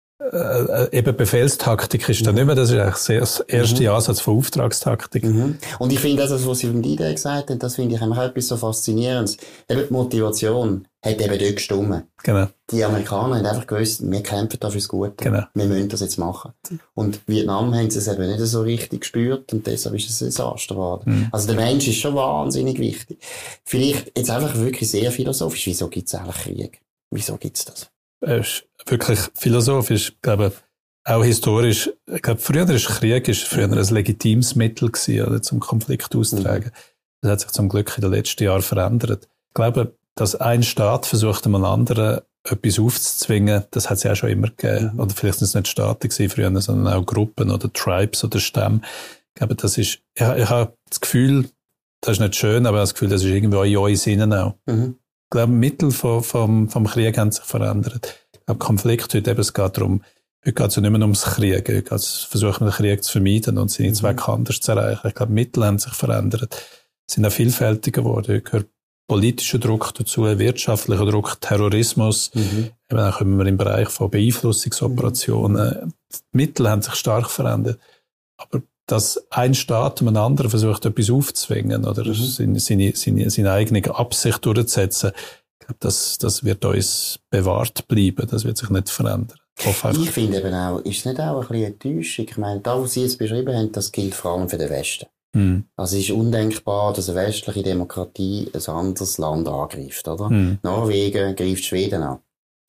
eben Befehlstaktik ist dann nicht mehr, das ist eigentlich das erste Ansatz von Auftragstaktik.
Und ich finde das, was Sie beim D-Day gesagt haben, das finde ich auch etwas so Faszinierendes. Eben die Motivation hat eben dort gestimmt. Genau. Die Amerikaner haben einfach gewusst, wir kämpfen da fürs Gute. Genau. Wir müssen das jetzt machen. Und Vietnam haben sie es eben nicht so richtig gespürt und deshalb ist es ein Desaster geworden. Also der Mensch ist schon wahnsinnig wichtig. Vielleicht jetzt einfach wirklich sehr philosophisch. Wieso gibt es eigentlich Krieg? Wieso gibt es das?
Wirklich philosophisch, ich glaube, auch historisch. Ich glaube, früher ein legitimes Mittel gewesen, oder, zum Konflikt auszutragen. Das hat sich zum Glück in den letzten Jahren verändert. Ich glaube, dass ein Staat versucht, einem anderen etwas aufzuzwingen, das hat es ja auch schon immer gegeben. Oder vielleicht sind es nicht Staaten gewesen früher, sondern auch Gruppen oder Tribes oder Stämme. Ich glaube, das ist, ich habe das Gefühl, das ist nicht schön, aber ich habe das Gefühl, das ist irgendwo in euch Sinnen auch. Ich glaube, Mittel vom Krieg haben sich verändert. Ich glaube, Konflikt heute eben, es geht darum, heute geht es ja nicht mehr ums Krieg. Heute geht es versuchen, den Krieg zu vermeiden und seine Zwecke anders zu erreichen. Ich glaube, Mittel haben sich verändert. Sind auch vielfältiger geworden. Heute gehört politischer Druck dazu, wirtschaftlicher Druck, Terrorismus. Eben auch kommen wir im Bereich von Beeinflussungsoperationen. Die Mittel haben sich stark verändert. Aber dass ein Staat einem anderen versucht, etwas aufzuzwingen oder seine eigene Absicht durchzusetzen, ich glaube, das wird uns bewahrt bleiben. Das wird sich nicht verändern.
Ich finde eben auch, ist es nicht auch ein bisschen Enttäuschung? Ich meine, da, was Sie jetzt beschrieben haben, das gilt vor allem für den Westen. Also es ist undenkbar, dass eine westliche Demokratie ein anderes Land angreift, oder? Norwegen greift Schweden an.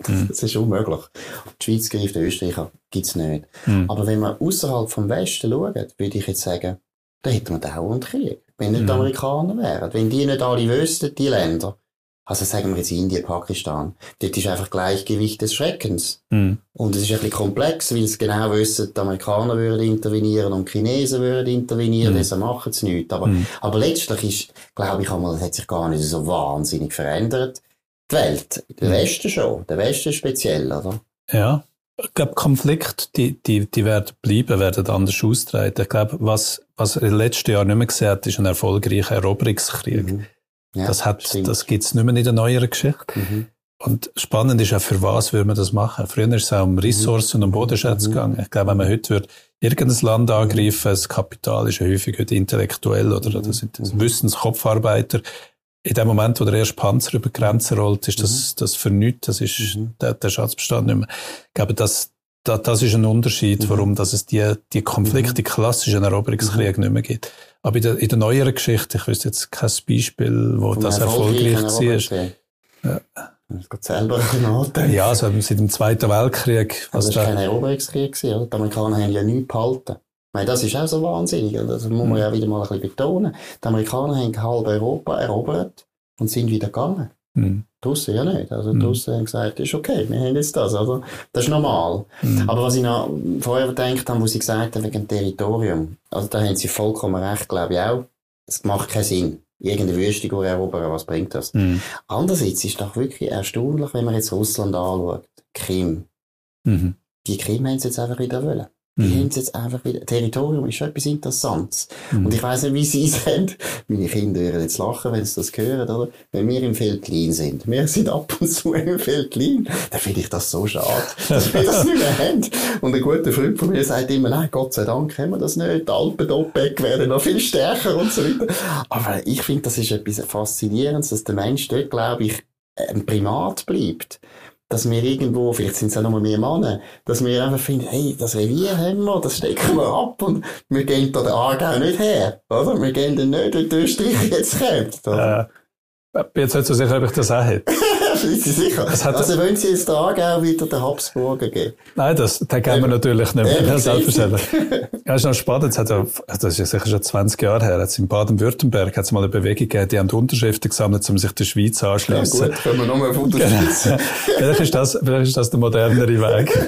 Das ist unmöglich. Die Schweiz greift den Österreicher, gibt's nicht. Aber wenn man außerhalb vom Westen schaut, würde ich jetzt sagen, da hätten wir dauernd Krieg. Wenn nicht die Amerikaner wären. Wenn die nicht alle wüssten, die Länder. Also sagen wir jetzt Indien, Pakistan. Dort ist einfach Gleichgewicht des Schreckens. Und es ist ein bisschen komplex, weil sie genau wissen, die Amerikaner würden intervenieren und die Chinesen würden intervenieren, deshalb machen sie nichts. Aber letztlich ist, glaube ich, das hat sich gar nicht so wahnsinnig verändert. Die Welt, der Westen schon. Der Westen speziell, oder?
Ja. Ich glaube, Konflikte, die werden bleiben, werden anders austreten. Ich glaube, was in den letzten Jahren nicht mehr gesehen hat, ist ein erfolgreicher Eroberungskrieg. Ja, das gibt's nicht mehr in der neueren Geschichte. Und spannend ist auch, für was würde man das machen? Früher ist es auch um Ressourcen und Bodenschätze gegangen. Ich glaube, wenn man heute würde irgendein Land angreifen, das Kapital ist ja häufig heute intellektuell oder das sind Wissenskopfarbeiter. In dem Moment, wo der erste Panzer über die Grenze rollt, ist das für nichts, das ist der Schatzbestand nicht mehr. Ich glaube, das ist ein Unterschied, warum dass es die Konflikte, die klassischen Eroberungskriege nicht mehr gibt. Aber in der neueren Geschichte, ich wüsste jetzt kein Beispiel, wo das erfolgreich war. Ja.
Ich muss selber nachdenken.
Ja, also seit dem Zweiten Weltkrieg.
Das war kein Eroberungskrieg, oder? Die Amerikaner haben ja nichts behalten. Ich meine, das ist auch so wahnsinnig. Das muss man ja wieder mal ein bisschen betonen. Die Amerikaner haben halb Europa erobert und sind wieder gegangen. Die Russen ja nicht. Also die Russen haben gesagt, ist okay, wir haben jetzt das. Also, das ist normal. Aber was ich noch vorher gedacht habe, wo sie gesagt haben, wegen dem Territorium, also da haben sie vollkommen recht, glaube ich auch. Es macht keinen Sinn. Irgendeine Wüste erobern, was bringt das? Andererseits ist es doch wirklich erstaunlich, wenn man jetzt Russland anschaut. Krim. Die Krim haben sie jetzt einfach wieder wollen. Die haben jetzt einfach wieder, Territorium ist schon etwas Interessantes. Und ich weiss nicht, wie sie es haben. Meine Kinder würden jetzt lachen, wenn sie das hören, oder? Wenn wir im Veltlin sind. Wir sind ab und zu im Veltlin. Dann finde ich das so schade, dass wir das nicht mehr haben. Und ein guter Freund von mir sagt immer, nein, Gott sei Dank haben wir das nicht. Die Alpen-Doppbeck werden noch viel stärker und so weiter. Aber ich finde, das ist etwas Faszinierendes, dass der Mensch dort, glaube ich, ein Primat bleibt. Dass wir irgendwo, vielleicht sind es auch noch mehr Männer, dass wir einfach finden, hey, das Revier haben wir, das stecken wir ab und wir gehen da den Aargau nicht her, oder? Wir gehen dann nicht, wenn die Österreich jetzt kommt,
Ich bin jetzt nicht so sicher, ob ich das auch hätte.
Sind Sie sicher? Also wollen Sie jetzt den Aargau wieder den Habsburger geben?
Nein, den geben wir natürlich nicht mehr. Selbstverständlich. Ja, ist noch spannend. Das ist ja sicher schon 20 Jahre her. Jetzt in Baden-Württemberg hat es mal eine Bewegung gegeben, die haben die Unterschriften gesammelt, um sich der Schweiz anzuschliessen.
Ja gut, können wir nochmal auf Unterschriften.
Vielleicht ist das der modernere Weg.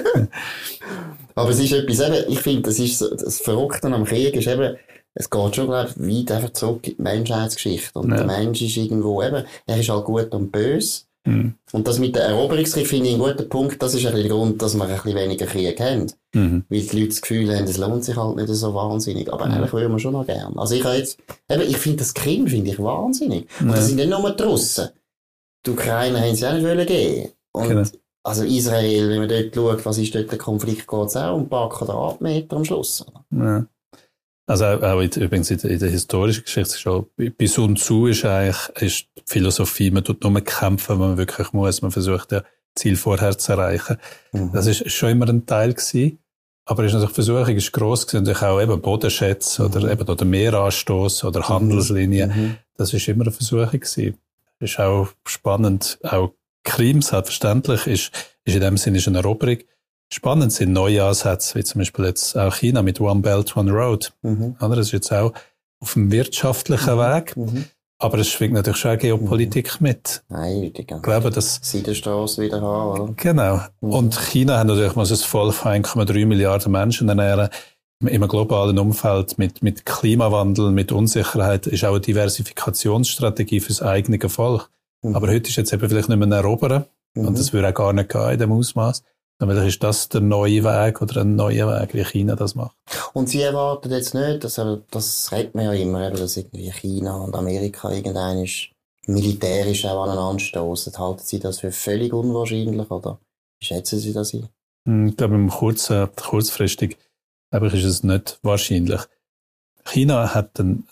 Aber es ist etwas, eben, ich finde, das Verrückte am Krieg ist eben, es geht schon, glaube ich, weit einfach zurück in die Menschheitsgeschichte. Und der Mensch ist irgendwo eben, er ist halt gut und böse. Und das mit der Eroberungskrieg finde ich einen guten Punkt. Das ist ein bisschen der Grund, dass wir ein bisschen weniger Krieg haben. Weil die Leute das Gefühl haben, es lohnt sich halt nicht so wahnsinnig. Aber eigentlich würden wir schon noch gern. Also ich finde das Krim finde ich wahnsinnig. Und das sind nicht nur die Russen. Die Ukrainer haben sie auch nicht wollen geben. Und also Israel, wenn man dort schaut, was ist dort der Konflikt, geht es auch um ein paar Quadratmeter am Schluss.
Ja. Also auch übrigens in der historischen Geschichte schon, bei Sun Tzu ist die Philosophie, man tut nur kämpfen, wenn man wirklich muss, man versucht ja Ziel vorher zu erreichen. Das ist schon immer ein Teil gewesen, aber ist natürlich die Versuchung ist gross gewesen, natürlich auch eben Bodenschätze oder Meeranstoss oder Handelslinien. Das ist immer eine Versuchung gewesen. Ist auch spannend, auch Krim selbstverständlich ist in dem Sinne eine Eroberung. Spannend sind neue Ansätze, wie zum Beispiel jetzt auch China mit One Belt, One Road. Das ist jetzt auch auf dem wirtschaftlichen Weg, aber es schwingt natürlich schon auch Geopolitik mit.
Nein, ich
glaube, dass
Seidenstraße wieder haben, oder?
Genau. Und China hat natürlich muss es voll von 1,3 Milliarden Menschen ernähren. Im globalen Umfeld mit Klimawandel, mit Unsicherheit ist auch eine Diversifikationsstrategie fürs eigene Volk. Aber heute ist jetzt eben vielleicht nicht mehr ein Erobern und das würde auch gar nicht gehen in dem Ausmaß. Vielleicht ist das der neue Weg oder ein neuer Weg, wie China das macht.
Und Sie erwarten jetzt nicht, das redet man ja immer, dass irgendwie China und Amerika irgendwann militärisch auch aneinander stossen. Halten Sie das für völlig unwahrscheinlich oder wie schätzen Sie das ein?
Ich glaube, kurzfristig ist es nicht wahrscheinlich. China hat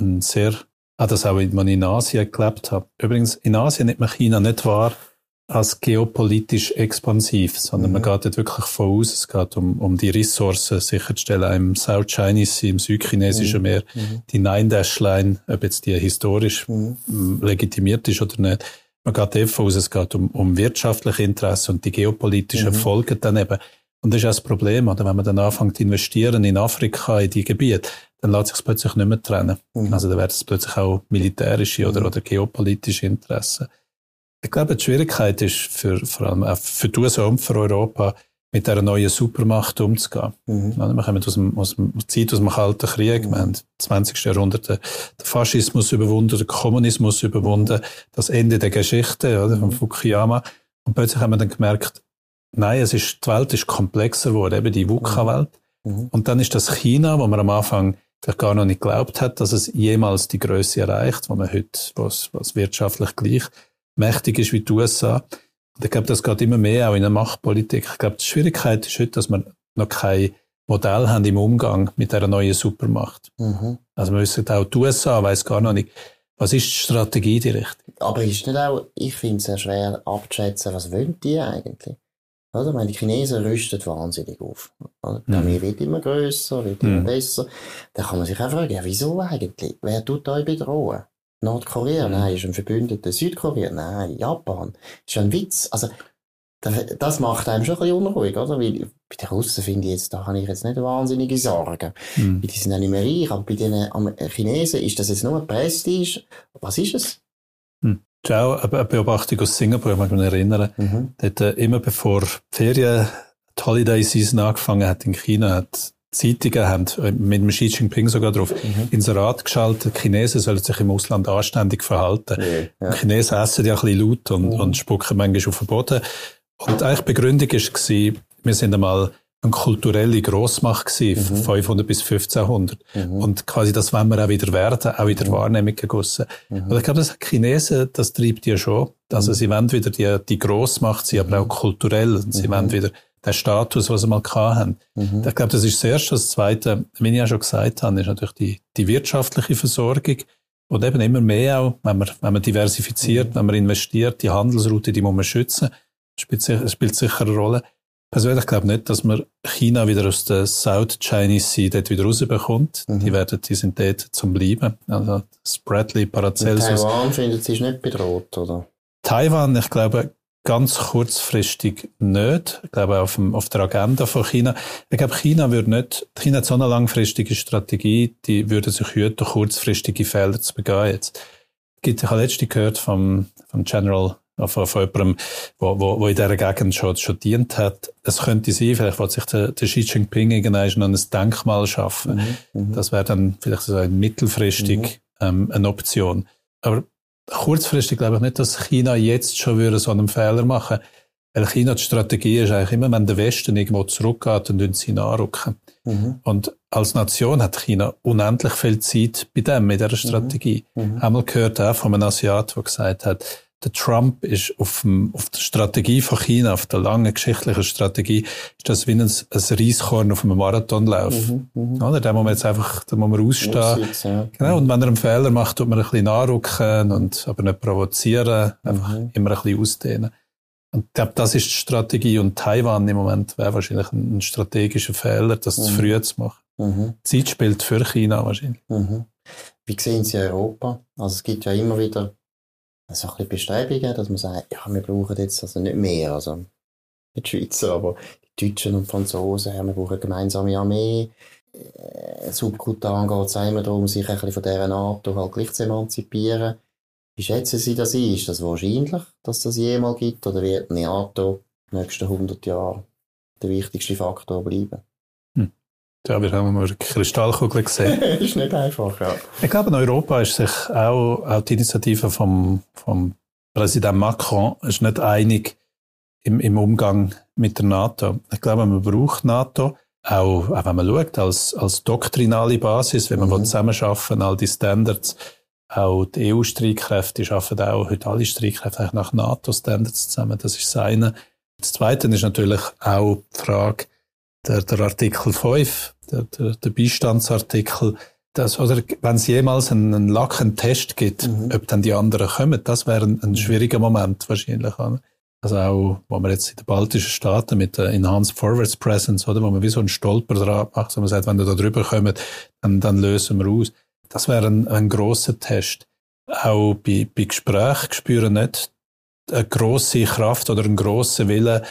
das auch, wenn man in Asien gelebt hat. Übrigens, in Asien nimmt man China nicht wahr als geopolitisch expansiv, sondern man geht dort wirklich von aus, es geht um die Ressourcen sicherzustellen, im South Chinese Sea, im südchinesischen Meer, die Nine-Dash-Line, ob jetzt die historisch legitimiert ist oder nicht, man geht davon aus, es geht um wirtschaftliche Interessen und die geopolitischen Folgen dann eben. Und das ist auch das Problem, oder? Wenn man dann anfängt zu investieren in Afrika, in die Gebiete, dann lässt sich es plötzlich nicht mehr trennen. Also dann werden es plötzlich auch militärische oder geopolitische Interessen. Ich glaube, die Schwierigkeit ist vor allem auch für die USA und für Europa, mit dieser neuen Supermacht umzugehen. Wir kommen aus der Zeit aus dem Kalten Krieg. Wir haben im 20. Jahrhundert den Faschismus überwunden, den Kommunismus überwunden, das Ende der Geschichte, oder, von Fukuyama. Und plötzlich haben wir dann gemerkt, nein, die Welt ist komplexer geworden, eben die VUCA-Welt. Und dann ist das China, wo man am Anfang vielleicht gar noch nicht geglaubt hat, dass es jemals die Größe erreicht, wo man heute, was wirtschaftlich gleich mächtig ist wie die USA. Und ich glaube, das geht immer mehr auch in der Machtpolitik. Ich glaube, die Schwierigkeit ist heute, dass wir noch kein Modell haben im Umgang mit dieser neuen Supermacht. Also wir wissen auch, die USA weiss gar noch nicht, was ist die Strategie, die Richtung.
Aber ist nicht auch, ich finde es sehr schwer abzuschätzen, was wollen die eigentlich? Also, ich meine, die Chinesen rüsten wahnsinnig auf. Die Armee wird immer grösser, wird immer besser. Da kann man sich auch fragen, ja, wieso eigentlich? Wer tut euch bedrohen? Nordkorea? Nein. Ist ein Verbündeter Südkorea? Nein. Japan? Ist ein Witz. Also, das macht einem schon ein bisschen unruhig, oder? Weil bei den Russen finde ich jetzt, da habe ich jetzt nicht wahnsinnige Sorgen. Die sind auch nicht mehr reich, aber bei den Chinesen ist das jetzt nur Prestige. Was ist es?
Das ist auch eine Beobachtung aus Singapur, ich mag mich erinnern. Dort, immer bevor die Ferien, die Holiday Season angefangen hat in China, hat Zeitungen haben mit dem Xi Jinping sogar drauf Inserat geschaltet, die Chinesen sollen sich im Ausland anständig verhalten. Die Chinesen essen ja ein bisschen laut und spucken manchmal auf den Boden. Und eigentlich die Begründung war, wir sind einmal eine kulturelle Grossmacht gewesen, von 500 bis 1500. Und quasi das wollen wir auch wieder werden, auch wieder Wahrnehmung gegossen. Und ich glaube, das Chinesen, das treibt ja schon. Also sie wollen wieder die Grossmacht sein, aber auch kulturell. Und sie wollen wieder den Status, was sie mal hatten. Ich glaube, das ist das Erste. Das Zweite, wie ich ja schon gesagt habe, ist natürlich die wirtschaftliche Versorgung. Und eben immer mehr auch, wenn man diversifiziert, wenn man investiert, die Handelsroute, die muss man schützen. Das spielt sicher eine Rolle. Persönlich glaube ich nicht, dass man China wieder aus der South Chinese Sea dort wieder rausbekommt. Die sind dort zum Bleiben. Also das Bradley, Paracelsus.
Taiwan findet sie nicht bedroht, oder?
Taiwan, ich glaube, ganz kurzfristig nicht. Ich glaube, auf der Agenda von China. Ich glaube, China hat so eine langfristige Strategie, die würde sich hüten, kurzfristige Fehler zu begehen jetzt. Ich habe letztens gehört vom General, von jemandem, wo in dieser Gegend schon dient hat. Es könnte sein, vielleicht will sich der Xi Jinping irgendwann noch ein Denkmal schaffen. Das wäre dann vielleicht so mittelfristig eine Option. Aber kurzfristig glaube ich nicht, dass China jetzt schon so einen Fehler machen würde. Weil China, die Strategie ist eigentlich immer, wenn der Westen irgendwo zurückgeht, dann tun sie nachrücken. Und als Nation hat China unendlich viel Zeit bei dem, mit dieser Strategie. Einmal gehört auch von einem Asiat, der gesagt hat, der Trump ist auf der Strategie von China, auf der langen geschichtlichen Strategie, ist das wie ein Reiskorn auf einem Marathonlauf. Oder? Da muss man jetzt einfach, da muss man ausstehen. Genau. Und wenn er einen Fehler macht, tut man ein bisschen nachrücken aber nicht provozieren, einfach immer ein bisschen ausdehnen. Und ich glaube, das ist die Strategie. Und Taiwan im Moment wäre wahrscheinlich ein strategischer Fehler, das zu früh zu machen. Zeit spielt für China wahrscheinlich.
Wie sehen Sie Europa? Also es gibt ja immer wieder so ein bisschen Bestrebungen, dass man sagt, ja, wir brauchen jetzt also nicht mehr, also nicht die Schweizer, aber die Deutschen und Franzosen, ja, wir brauchen eine gemeinsame Armee. Subkutan geht es auch immer darum, sich ein bisschen von dieser NATO halt gleich zu emanzipieren. Wie schätzen Sie das ein? Ist das wahrscheinlich, dass das jemals gibt, oder wird die NATO in den nächsten 100 Jahren der wichtigste Faktor bleiben?
Ja, wir haben mal eine Kristallkugel gesehen.
Ist nicht einfach, ja.
Ich glaube, in Europa ist sich auch die Initiative vom Präsident Macron ist nicht einig im Umgang mit der NATO. Ich glaube, man braucht NATO, auch wenn man schaut, als doktrinale Basis, wenn man zusammenarbeiten, all die Standards. Auch die EU-Streitkräfte arbeiten auch heute alle Streitkräfte eigentlich nach NATO-Standards zusammen. Das ist das eine. Das Zweite ist natürlich auch die Frage, der Artikel 5, der Beistandsartikel, oder wenn es jemals einen Lackentest gibt, ob dann die anderen kommen, das wäre ein schwieriger Moment wahrscheinlich. Also auch, wo man jetzt in den baltischen Staaten mit der Enhanced Forwards Presence, oder, wo man wie so einen Stolperdraht macht, wo man sagt, wenn ihr da drüber kommt, dann lösen wir aus. Das wäre ein grosser Test. Auch bei Gesprächen spüren nicht eine grosse Kraft oder einen grossen Willen,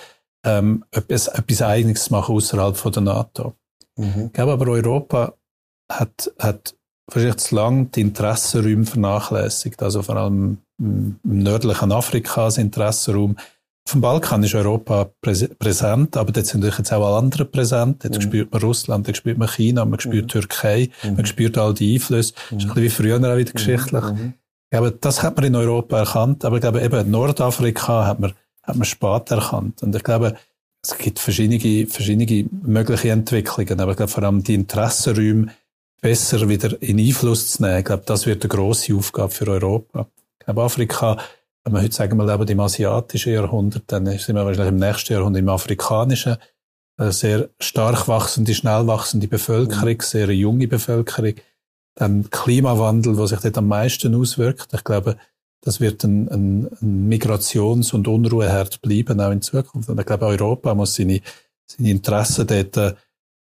etwas Eigenes zu machen außerhalb von der NATO. Ich glaube aber, Europa hat wahrscheinlich zu lange die Interessenräume vernachlässigt. Also vor allem im nördlichen Afrika das Interessenraum. Auf dem Balkan ist Europa präsent, aber dort sind natürlich jetzt auch alle anderen präsent. Jetzt spürt man Russland, jetzt spürt man China, man spürt Türkei, man spürt all die Einflüsse. Das ist ein bisschen wie früher auch wieder geschichtlich. Ich glaube, das hat man in Europa erkannt, aber ich glaube eben Nordafrika hat man spät erkannt. Und ich glaube, es gibt verschiedene mögliche Entwicklungen, aber ich glaube vor allem die Interessenräume besser wieder in Einfluss zu nehmen. Ich glaube, das wird eine grosse Aufgabe für Europa. Ich glaube, Afrika, wenn wir heute sagen, wir leben im asiatischen Jahrhundert, dann sind wir wahrscheinlich im nächsten Jahrhundert im afrikanischen. Eine sehr stark wachsende, schnell wachsende Bevölkerung, sehr junge Bevölkerung. Dann Klimawandel, der sich dort am meisten auswirkt. Ich glaube, das wird ein Migrations- und Unruheherd bleiben, auch in Zukunft. Und ich glaube, Europa muss seine Interessen dort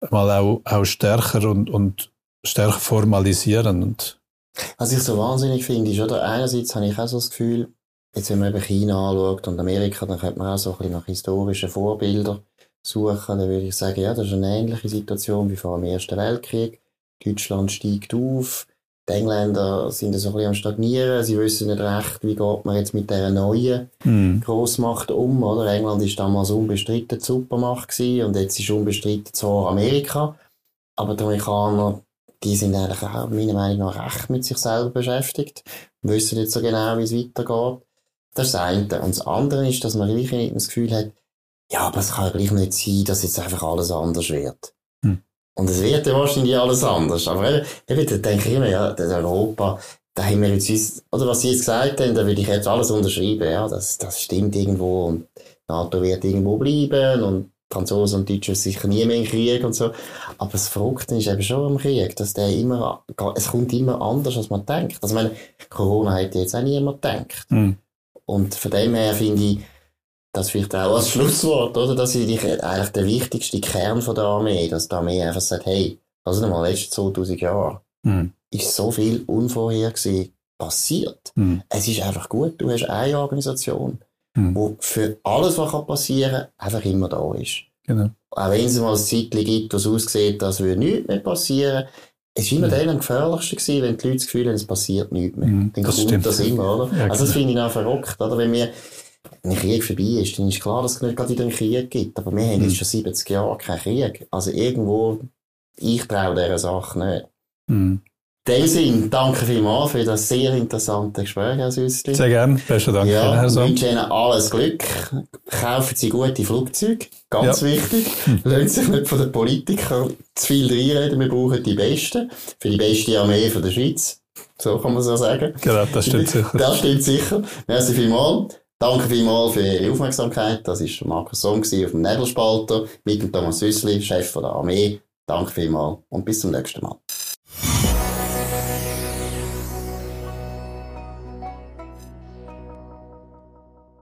mal auch stärker und stärker formalisieren. Und
was ich so wahnsinnig finde, ist, oder? Einerseits habe ich auch so das Gefühl, jetzt wenn man eben China anschaut und Amerika, dann könnte man auch so ein bisschen nach historischen Vorbildern suchen. Dann würde ich sagen, ja, das ist eine ähnliche Situation wie vor dem Ersten Weltkrieg. Deutschland steigt auf. Die Engländer sind so ein bisschen am Stagnieren. Sie wissen nicht recht, wie geht man jetzt mit dieser neuen Grossmacht um, oder? England ist damals unbestritten die Supermacht gewesen und jetzt ist unbestritten zwar Amerika. Aber die Amerikaner, die sind eigentlich auch meiner Meinung nach recht mit sich selber beschäftigt. Und wissen nicht so genau, wie es weitergeht. Das ist das eine. Und das andere ist, dass man gleich nicht das Gefühl hat, ja, aber es kann ja gleich nicht sein, dass jetzt einfach alles anders wird. Und es wird ja wahrscheinlich alles anders. Aber eben, da denke ich immer, ja, das Europa, da haben wir jetzt, oder was Sie jetzt gesagt haben, da würde ich jetzt alles unterschreiben, ja, das stimmt irgendwo und NATO wird irgendwo bleiben und Franzosen und Deutsche sicher nie mehr in Krieg und so. Aber das Verrückte ist eben schon am Krieg, dass es kommt immer anders, als man denkt. Also, ich meine, Corona hätte jetzt auch niemand gedacht. Und von dem her finde ich, das vielleicht auch als Schlusswort, oder? Das ist eigentlich der wichtigste Kern von der Armee, dass die Armee einfach sagt, hey, also nochmal, letzten 2000 Jahre ist so viel unvorhergesehen passiert. Es ist einfach gut, du hast eine Organisation, die für alles, was passieren kann, einfach immer da ist.
Genau.
Auch wenn es mal ein Zeitchen gibt, wo es aussieht, dass nichts mehr passieren. Es war immer dann am gefährlichsten gewesen, wenn die Leute das Gefühl haben, es passiert nichts mehr. Dann kommt das immer, oder? Ja, also das finde ich auch verrückt, oder? Wenn ein Krieg vorbei ist, dann ist klar, dass es nicht gerade wieder einen Krieg gibt. Aber wir haben jetzt schon 70 Jahre keinen Krieg. Also irgendwo, ich traue dieser Sache nicht. In dem Sinn, danke vielmals für das sehr interessante Gespräch, Herr Süssli.
Sehr gerne. Besten Dank.
Ja, ich wünsche Ihnen alles Glück. Kaufen Sie gute Flugzeuge. Ganz wichtig. Lassen sich nicht von den Politikern zu viel reinreden. Wir brauchen die Besten. Für die beste Armee von der Schweiz. So kann man so sagen.
Genau, das stimmt sicher.
Das stimmt sicher. Merci vielmals. Danke vielmals für Ihre Aufmerksamkeit. Das war der Markus Somm auf dem Nebelspalter mit dem Thomas Süssli, Chef der Armee. Danke vielmals und bis zum nächsten Mal.